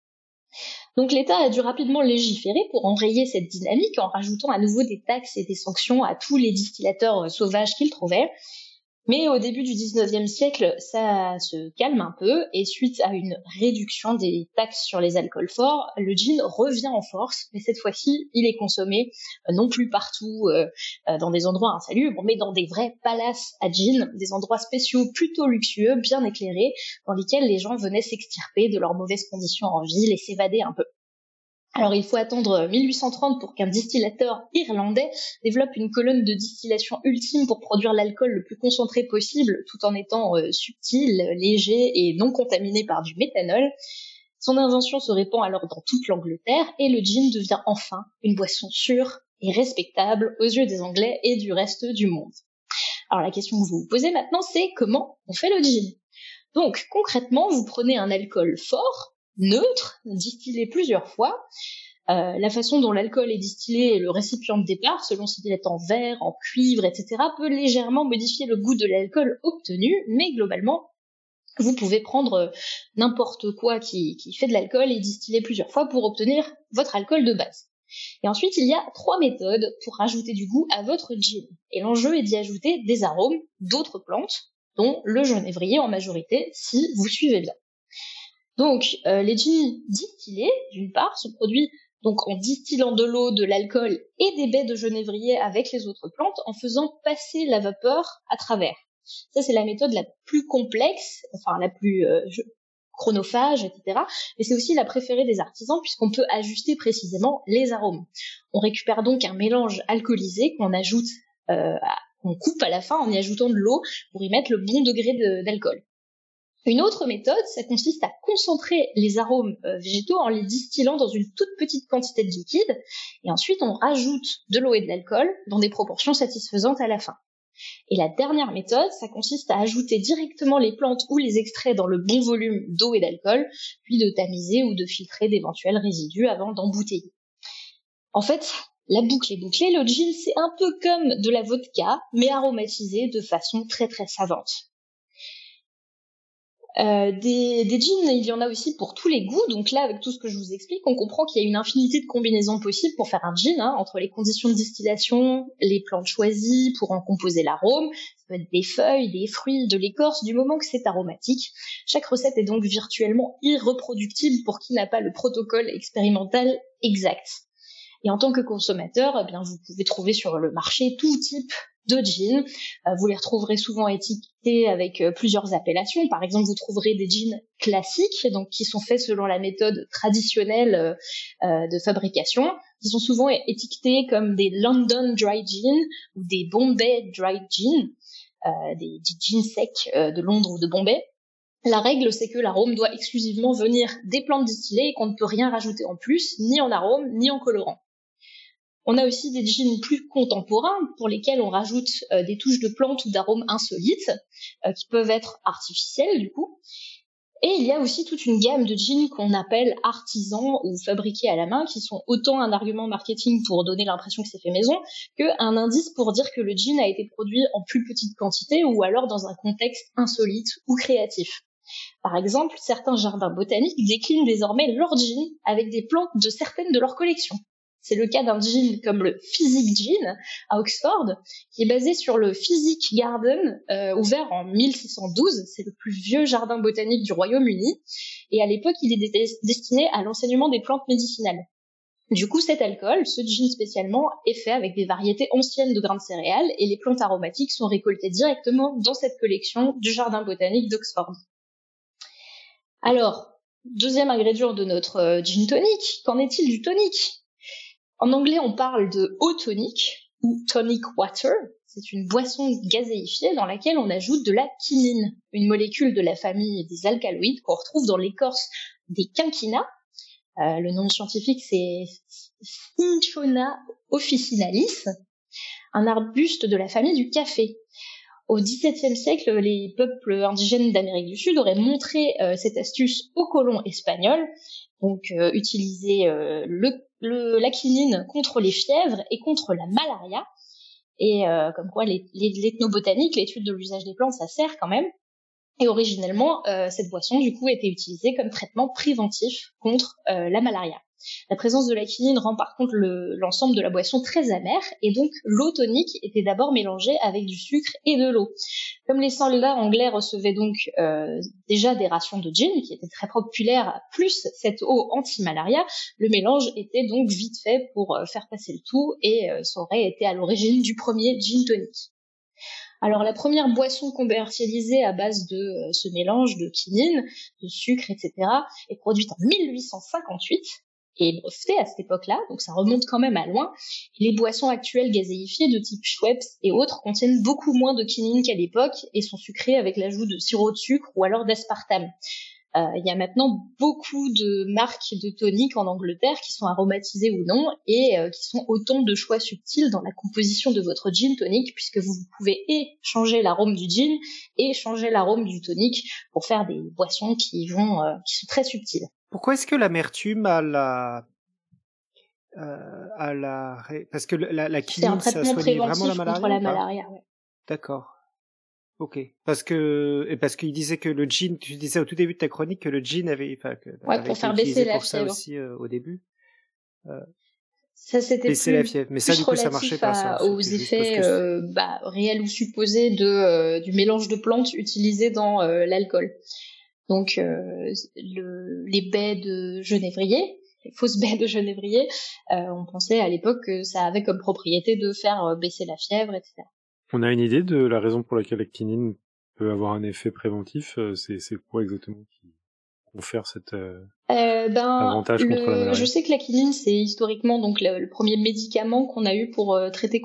Donc l'État a dû rapidement légiférer pour enrayer cette dynamique en rajoutant à nouveau des taxes et des sanctions à tous les distillateurs sauvages qu'il trouvait. Mais au début du 19e siècle, ça se calme un peu et suite à une réduction des taxes sur les alcools forts, le gin revient en force, mais cette fois-ci, il est consommé non plus partout dans des endroits insalubres, mais dans des vrais palaces à gin, des endroits spéciaux plutôt luxueux, bien éclairés, dans lesquels les gens venaient s'extirper de leurs mauvaises conditions en ville et s'évader un peu. Alors il faut attendre 1830 pour qu'un distillateur irlandais développe une colonne de distillation ultime pour produire l'alcool le plus concentré possible tout en étant subtil, léger et non contaminé par du méthanol. Son invention se répand alors dans toute l'Angleterre et le gin devient enfin une boisson sûre et respectable aux yeux des Anglais et du reste du monde. Alors la question que vous vous posez maintenant, c'est comment on fait le gin ? Donc concrètement, vous prenez un alcool fort, neutre, distillé plusieurs fois. La façon dont l'alcool est distillé et le récipient de départ, selon s'il est en verre, en cuivre, etc., peut légèrement modifier le goût de l'alcool obtenu, mais globalement, vous pouvez prendre n'importe quoi qui fait de l'alcool et distiller plusieurs fois pour obtenir votre alcool de base. Et ensuite, il y a 3 méthodes pour rajouter du goût à votre gin. Et l'enjeu est d'y ajouter des arômes d'autres plantes, dont le genévrier en majorité, si vous suivez bien. Donc, les gins distillés, d'une part, sont produits donc en distillant de l'eau, de l'alcool et des baies de genévrier avec les autres plantes en faisant passer la vapeur à travers. Ça, c'est la méthode la plus complexe, enfin la plus chronophage, etc. Mais c'est aussi la préférée des artisans puisqu'on peut ajuster précisément les arômes. On récupère donc un mélange alcoolisé qu'on ajoute, qu'on coupe à la fin en y ajoutant de l'eau pour y mettre le bon degré d'alcool. Une autre méthode, ça consiste à concentrer les arômes végétaux en les distillant dans une toute petite quantité de liquide, et ensuite on rajoute de l'eau et de l'alcool dans des proportions satisfaisantes à la fin. Et la dernière méthode, ça consiste à ajouter directement les plantes ou les extraits dans le bon volume d'eau et d'alcool, puis de tamiser ou de filtrer d'éventuels résidus avant d'embouteiller. En fait, la boucle est bouclée, le gin c'est un peu comme de la vodka, mais aromatisé de façon très très savante. Des gins, il y en a aussi pour tous les goûts, donc là avec tout ce que je vous explique, on comprend qu'il y a une infinité de combinaisons possibles pour faire un gin, entre les conditions de distillation, les plantes choisies pour en composer l'arôme, ça peut être des feuilles, des fruits, de l'écorce, du moment que c'est aromatique. Chaque recette est donc virtuellement irreproductible pour qui n'a pas le protocole expérimental exact. Et en tant que consommateur, eh bien, vous pouvez trouver sur le marché tout type de gin. Vous les retrouverez souvent étiquetés avec plusieurs appellations. Par exemple, vous trouverez des gins classiques, donc qui sont faits selon la méthode traditionnelle de fabrication, qui sont souvent étiquetés comme des London Dry Gin ou des Bombay Dry Gin, des gins secs de Londres ou de Bombay. La règle, c'est que l'arôme doit exclusivement venir des plantes distillées et qu'on ne peut rien rajouter en plus, ni en arôme, ni en colorant. On a aussi des gins plus contemporains pour lesquels on rajoute des touches de plantes ou d'arômes insolites qui peuvent être artificiels du coup. Et il y a aussi toute une gamme de gins qu'on appelle artisans ou fabriqués à la main qui sont autant un argument marketing pour donner l'impression que c'est fait maison qu'un indice pour dire que le gin a été produit en plus petite quantité ou alors dans un contexte insolite ou créatif. Par exemple, certains jardins botaniques déclinent désormais leur gin avec des plantes de certaines de leurs collections. C'est le cas d'un gin comme le Physic Gin à Oxford, qui est basé sur le Physic Garden, ouvert en 1612. C'est le plus vieux jardin botanique du Royaume-Uni. Et à l'époque, il est destiné à l'enseignement des plantes médicinales. Du coup, cet alcool, ce gin spécialement, est fait avec des variétés anciennes de grains de céréales et les plantes aromatiques sont récoltées directement dans cette collection du jardin botanique d'Oxford. Alors, deuxième ingrédient de notre gin tonic, qu'en est-il du tonic ? En anglais, on parle de eau tonique ou tonic water. C'est une boisson gazéifiée dans laquelle on ajoute de la quinine, une molécule de la famille des alcaloïdes qu'on retrouve dans l'écorce des quinquinas. Le nom scientifique, c'est Cinchona officinalis, un arbuste de la famille du café. Au XVIIe siècle, les peuples indigènes d'Amérique du Sud auraient montré cette astuce aux colons espagnols, donc utiliser la quinine contre les fièvres et contre la malaria. Et comme quoi l'ethnobotanique, l'étude de l'usage des plantes, ça sert quand même. Et originellement, cette boisson, du coup, était utilisée comme traitement préventif contre la malaria. La présence de la quinine rend par contre l'ensemble de la boisson très amère, et donc l'eau tonique était d'abord mélangée avec du sucre et de l'eau. Comme les soldats anglais recevaient donc déjà des rations de gin, qui étaient très populaires, plus cette eau anti-malaria, le mélange était donc vite fait pour faire passer le tout, et ça aurait été à l'origine du premier gin tonic. Alors la première boisson commercialisée à base de ce mélange de quinine, de sucre, etc. est produite en 1858 et brevetée à cette époque-là, donc ça remonte quand même à loin. Les boissons actuelles gazéifiées de type Schweppes et autres contiennent beaucoup moins de quinine qu'à l'époque et sont sucrées avec l'ajout de sirop de sucre ou alors d'aspartame. Il y a maintenant beaucoup de marques de toniques en Angleterre qui sont aromatisées ou non et qui sont autant de choix subtils dans la composition de votre gin tonic puisque vous pouvez et changer l'arôme du gin et changer l'arôme du tonic pour faire des boissons qui sont très subtiles. Pourquoi est-ce que l'amertume parce que la quinine, ça soigne vraiment la malaria, contre la malaria, ouais. D'accord. Ok. Parce qu'il disait que le gin, tu disais au tout début de ta chronique que le gin avait pour faire baisser la fièvre. Ça aussi au début. Ça c'était baisser la fièvre, mais ça du coup ça marchait pas. Aux effets réels ou supposés du mélange de plantes utilisé dans l'alcool. Donc les baies de genévrier, les fausses baies de genévrier, on pensait à l'époque que ça avait comme propriété de faire baisser la fièvre, etc. On a une idée de la raison pour laquelle la quinine peut avoir un effet préventif. C'est quoi exactement qui confère cet avantage contre la malaria? Je sais que la quinine, c'est historiquement donc le premier médicament qu'on a eu pour traiter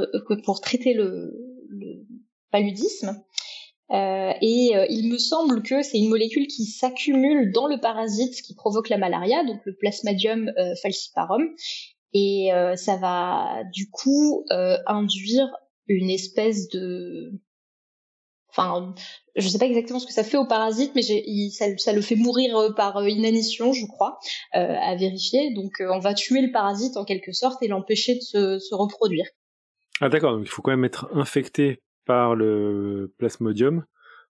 le paludisme. Il me semble que c'est une molécule qui s'accumule dans le parasite qui provoque la malaria, donc le Plasmodium falciparum, et ça va du coup induire une espèce de... Enfin, je sais pas exactement ce que ça fait au parasite, mais ça le fait mourir par inanition, je crois, à vérifier. Donc on va tuer le parasite en quelque sorte et l'empêcher de se reproduire. Ah d'accord, donc il faut quand même être infecté par le plasmodium.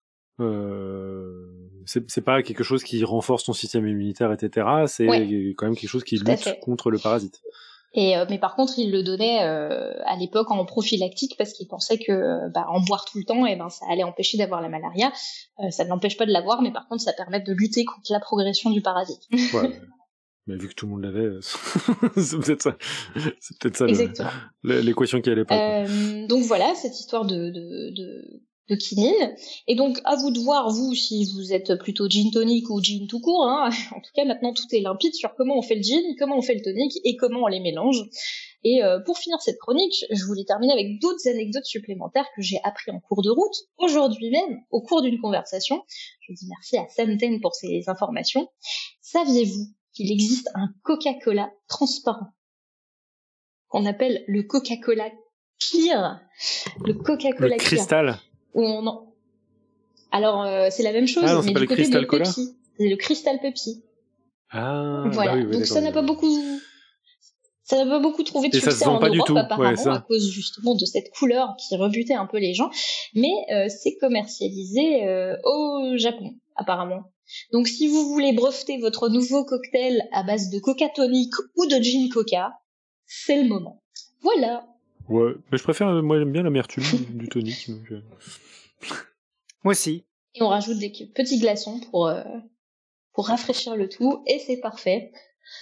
C'est pas quelque chose qui renforce ton système immunitaire, etc. C'est quand même quelque chose qui lutte contre le parasite. Mais par contre, il le donnait à l'époque en prophylactique parce qu'il pensait que en boire tout le temps, ça allait empêcher d'avoir la malaria. Ça ne l'empêche pas de l'avoir, mais par contre, ça permet de lutter contre la progression du parasite. Ouais. Mais vu que tout le monde l'avait, c'est peut-être ça. C'est peut-être ça l'équation qui allait pas. Donc voilà, cette histoire de quinine. Et donc, à vous de voir, vous, si vous êtes plutôt gin tonic ou gin tout court. Hein. En tout cas, maintenant, tout est limpide sur comment on fait le gin, comment on fait le tonic et comment on les mélange. Et pour finir cette chronique, je voulais terminer avec d'autres anecdotes supplémentaires que j'ai appris en cours de route, aujourd'hui même, au cours d'une conversation. Je dis merci à Sam Ten pour ces informations. Saviez-vous qu'il existe un Coca-Cola transparent qu'on appelle le Coca-Cola Clear? Le Coca-Cola Clear. Cristal. Alors c'est la même chose, mais du côté de Pepsi. C'est le Crystal Pepsi. Ah, voilà. Bah oui, donc ça n'a pas beaucoup trouvé de succès en Europe apparemment à cause justement de cette couleur qui rebutait un peu les gens, mais c'est commercialisé au Japon apparemment. Donc si vous voulez breveter votre nouveau cocktail à base de Coca Tonic ou de Gin Coca, c'est le moment. Voilà. Ouais, mais moi j'aime bien l'amertume du tonic. Donc, Moi aussi. Et on rajoute des petits glaçons pour rafraîchir le tout, et c'est parfait.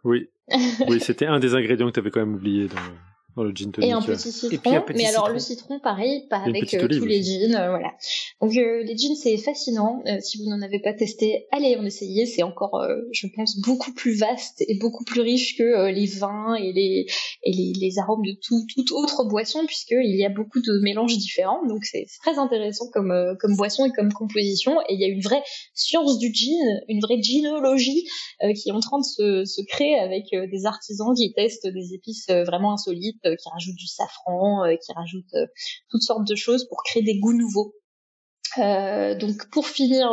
Oui. Oui, c'était un des ingrédients que tu avais quand même oublié dans le gin tonic. Et un petit citron. Mais alors le citron, pareil, pas avec tous les gins, voilà. Donc les gins, c'est fascinant. Si vous n'en avez pas testé, allez en essayer. C'est encore, je pense, beaucoup plus vaste et beaucoup plus riche que les vins et les arômes de toute autre boisson, puisqu'il y a beaucoup de mélanges différents. Donc c'est très intéressant comme boisson et comme composition. Et il y a une vraie science du gin, une vraie ginologie qui est en train de se créer avec des artisans qui testent des épices vraiment insolites, qui rajoutent du safran, qui rajoutent toutes sortes de choses pour créer des goûts nouveaux. Donc pour finir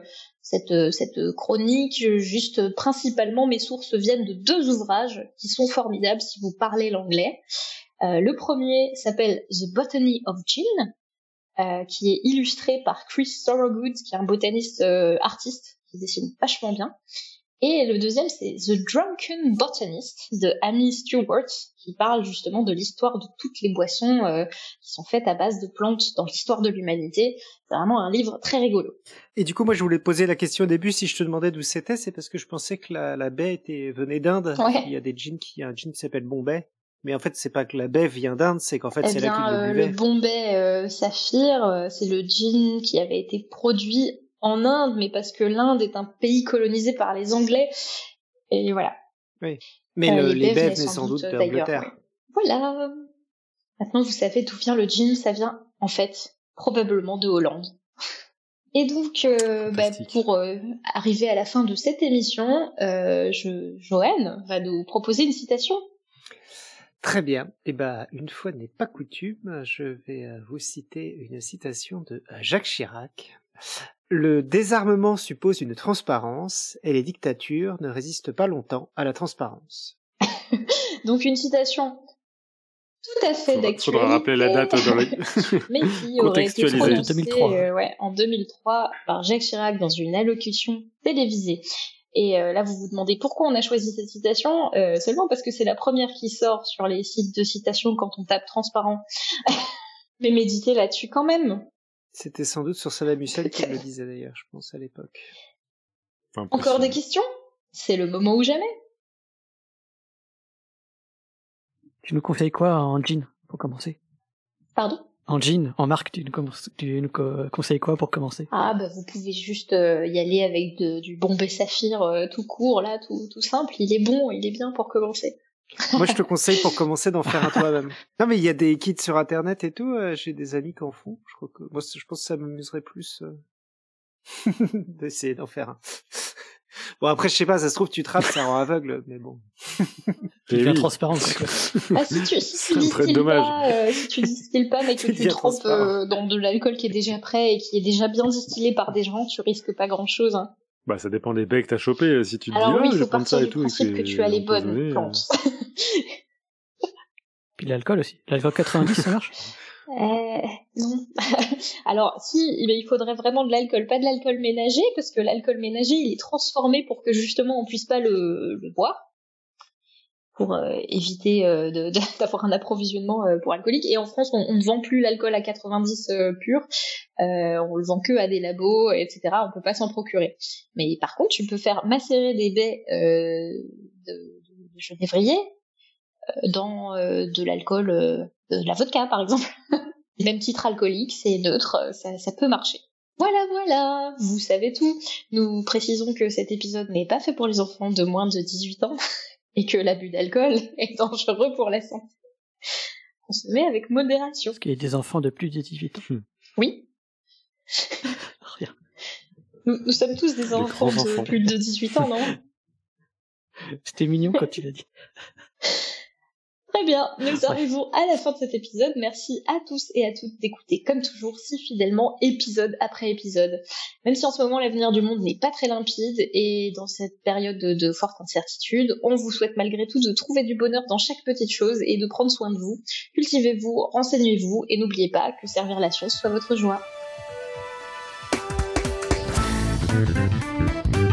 cette chronique, juste principalement mes sources viennent de 2 ouvrages qui sont formidables si vous parlez l'anglais. Le premier s'appelle The Botany of Gin, qui est illustré par Chris Thorogood, qui est un botaniste artiste qui dessine vachement bien. Et le deuxième, c'est The Drunken Botanist de Amy Stewart, qui parle justement de l'histoire de toutes les boissons qui sont faites à base de plantes dans l'histoire de l'humanité. C'est vraiment un livre très rigolo. Et du coup, moi, je voulais poser la question au début, si je te demandais d'où c'était, c'est parce que je pensais que la baie venait d'Inde. Ouais. Il y a un gin qui s'appelle Bombay. Mais en fait, c'est pas que la baie vient d'Inde, c'est qu'en fait, c'est là qu'ils le buvaient. Le Bombay Saphir, c'est le gin qui avait été produit en Inde, mais parce que l'Inde est un pays colonisé par les Anglais, et voilà. Oui, mais les baies venaient sans doute d'Angleterre. Ouais. Voilà. Maintenant, vous savez d'où vient le gin, ça vient, en fait, probablement de Hollande. Et donc, pour arriver à la fin de cette émission, Joanne va nous proposer une citation. Très bien. Et une fois n'est pas coutume, je vais vous citer une citation de Jacques Chirac. Le désarmement suppose une transparence et les dictatures ne résistent pas longtemps à la transparence. Donc une citation tout à fait d'actualité. Faudra rappeler la date mais qui aurait été prononcée en 2003 par Jacques Chirac dans une allocution télévisée. Et là, vous vous demandez pourquoi on a choisi cette citation, seulement parce que c'est la première qui sort sur les sites de citation quand on tape transparent. Mais méditez là-dessus quand même. C'était sans doute sur Saddam Hussein qui le disait d'ailleurs, je pense, à l'époque. Encore des questions ? C'est le moment ou jamais. Tu nous conseilles quoi en gin, pour commencer ? Pardon ? En gin, en marque, tu nous conseilles quoi pour commencer ? Vous pouvez juste y aller avec du Bombay Saphir tout court, là, tout simple. Il est bon, il est bien pour commencer. Moi, je te conseille pour commencer d'en faire un toi-même. Non, mais il y a des kits sur Internet et tout. J'ai des amis qui en font. Je pense que ça m'amuserait plus d'essayer d'en faire un. Bon, après, je sais pas, ça se trouve, tu trappes, ça rend aveugle, mais bon. Tu deviens transparent, quoi. Si tu distilles pas, mais que tu trempes dans de l'alcool qui est déjà prêt et qui est déjà bien distillé par des gens, tu risques pas grand-chose. Hein. Ça dépend des baies que t'as chopé. Si tu te alors dis, il faut je prends ça et tout. Alors oui, il faut partir du principe que tu as les bonnes plantes. Puis l'alcool aussi. L'alcool 90, ça marche ? Non. Alors si, il faudrait vraiment de l'alcool, pas de l'alcool ménager, parce que l'alcool ménager, il est transformé pour que justement on puisse pas le boire, pour éviter d'avoir un approvisionnement pour alcoolique. Et en France, on ne vend plus l'alcool à 90 pur, on le vend que à des labos, etc. On peut pas s'en procurer. Mais par contre, tu peux faire macérer des baies de genévrier dans de l'alcool, de la vodka par exemple. Même titre alcoolique, c'est neutre, ça peut marcher. Voilà, vous savez tout. Nous précisons que cet épisode n'est pas fait pour les enfants de moins de 18 ans et que l'abus d'alcool est dangereux pour la santé. Consommez avec modération. Parce qu'il y a des enfants de plus de 18 ans. Oui. Rien. Nous sommes tous des enfants de plus de 18 ans, non ? C'était mignon quand tu l'as dit. Très bien, nous arrivons à la fin de cet épisode. Merci à tous et à toutes d'écouter, comme toujours, si fidèlement, épisode après épisode. Même si en ce moment, l'avenir du monde n'est pas très limpide, et dans cette période de forte incertitude, on vous souhaite malgré tout de trouver du bonheur dans chaque petite chose et de prendre soin de vous. Cultivez-vous, renseignez-vous, et n'oubliez pas que servir la science soit votre joie.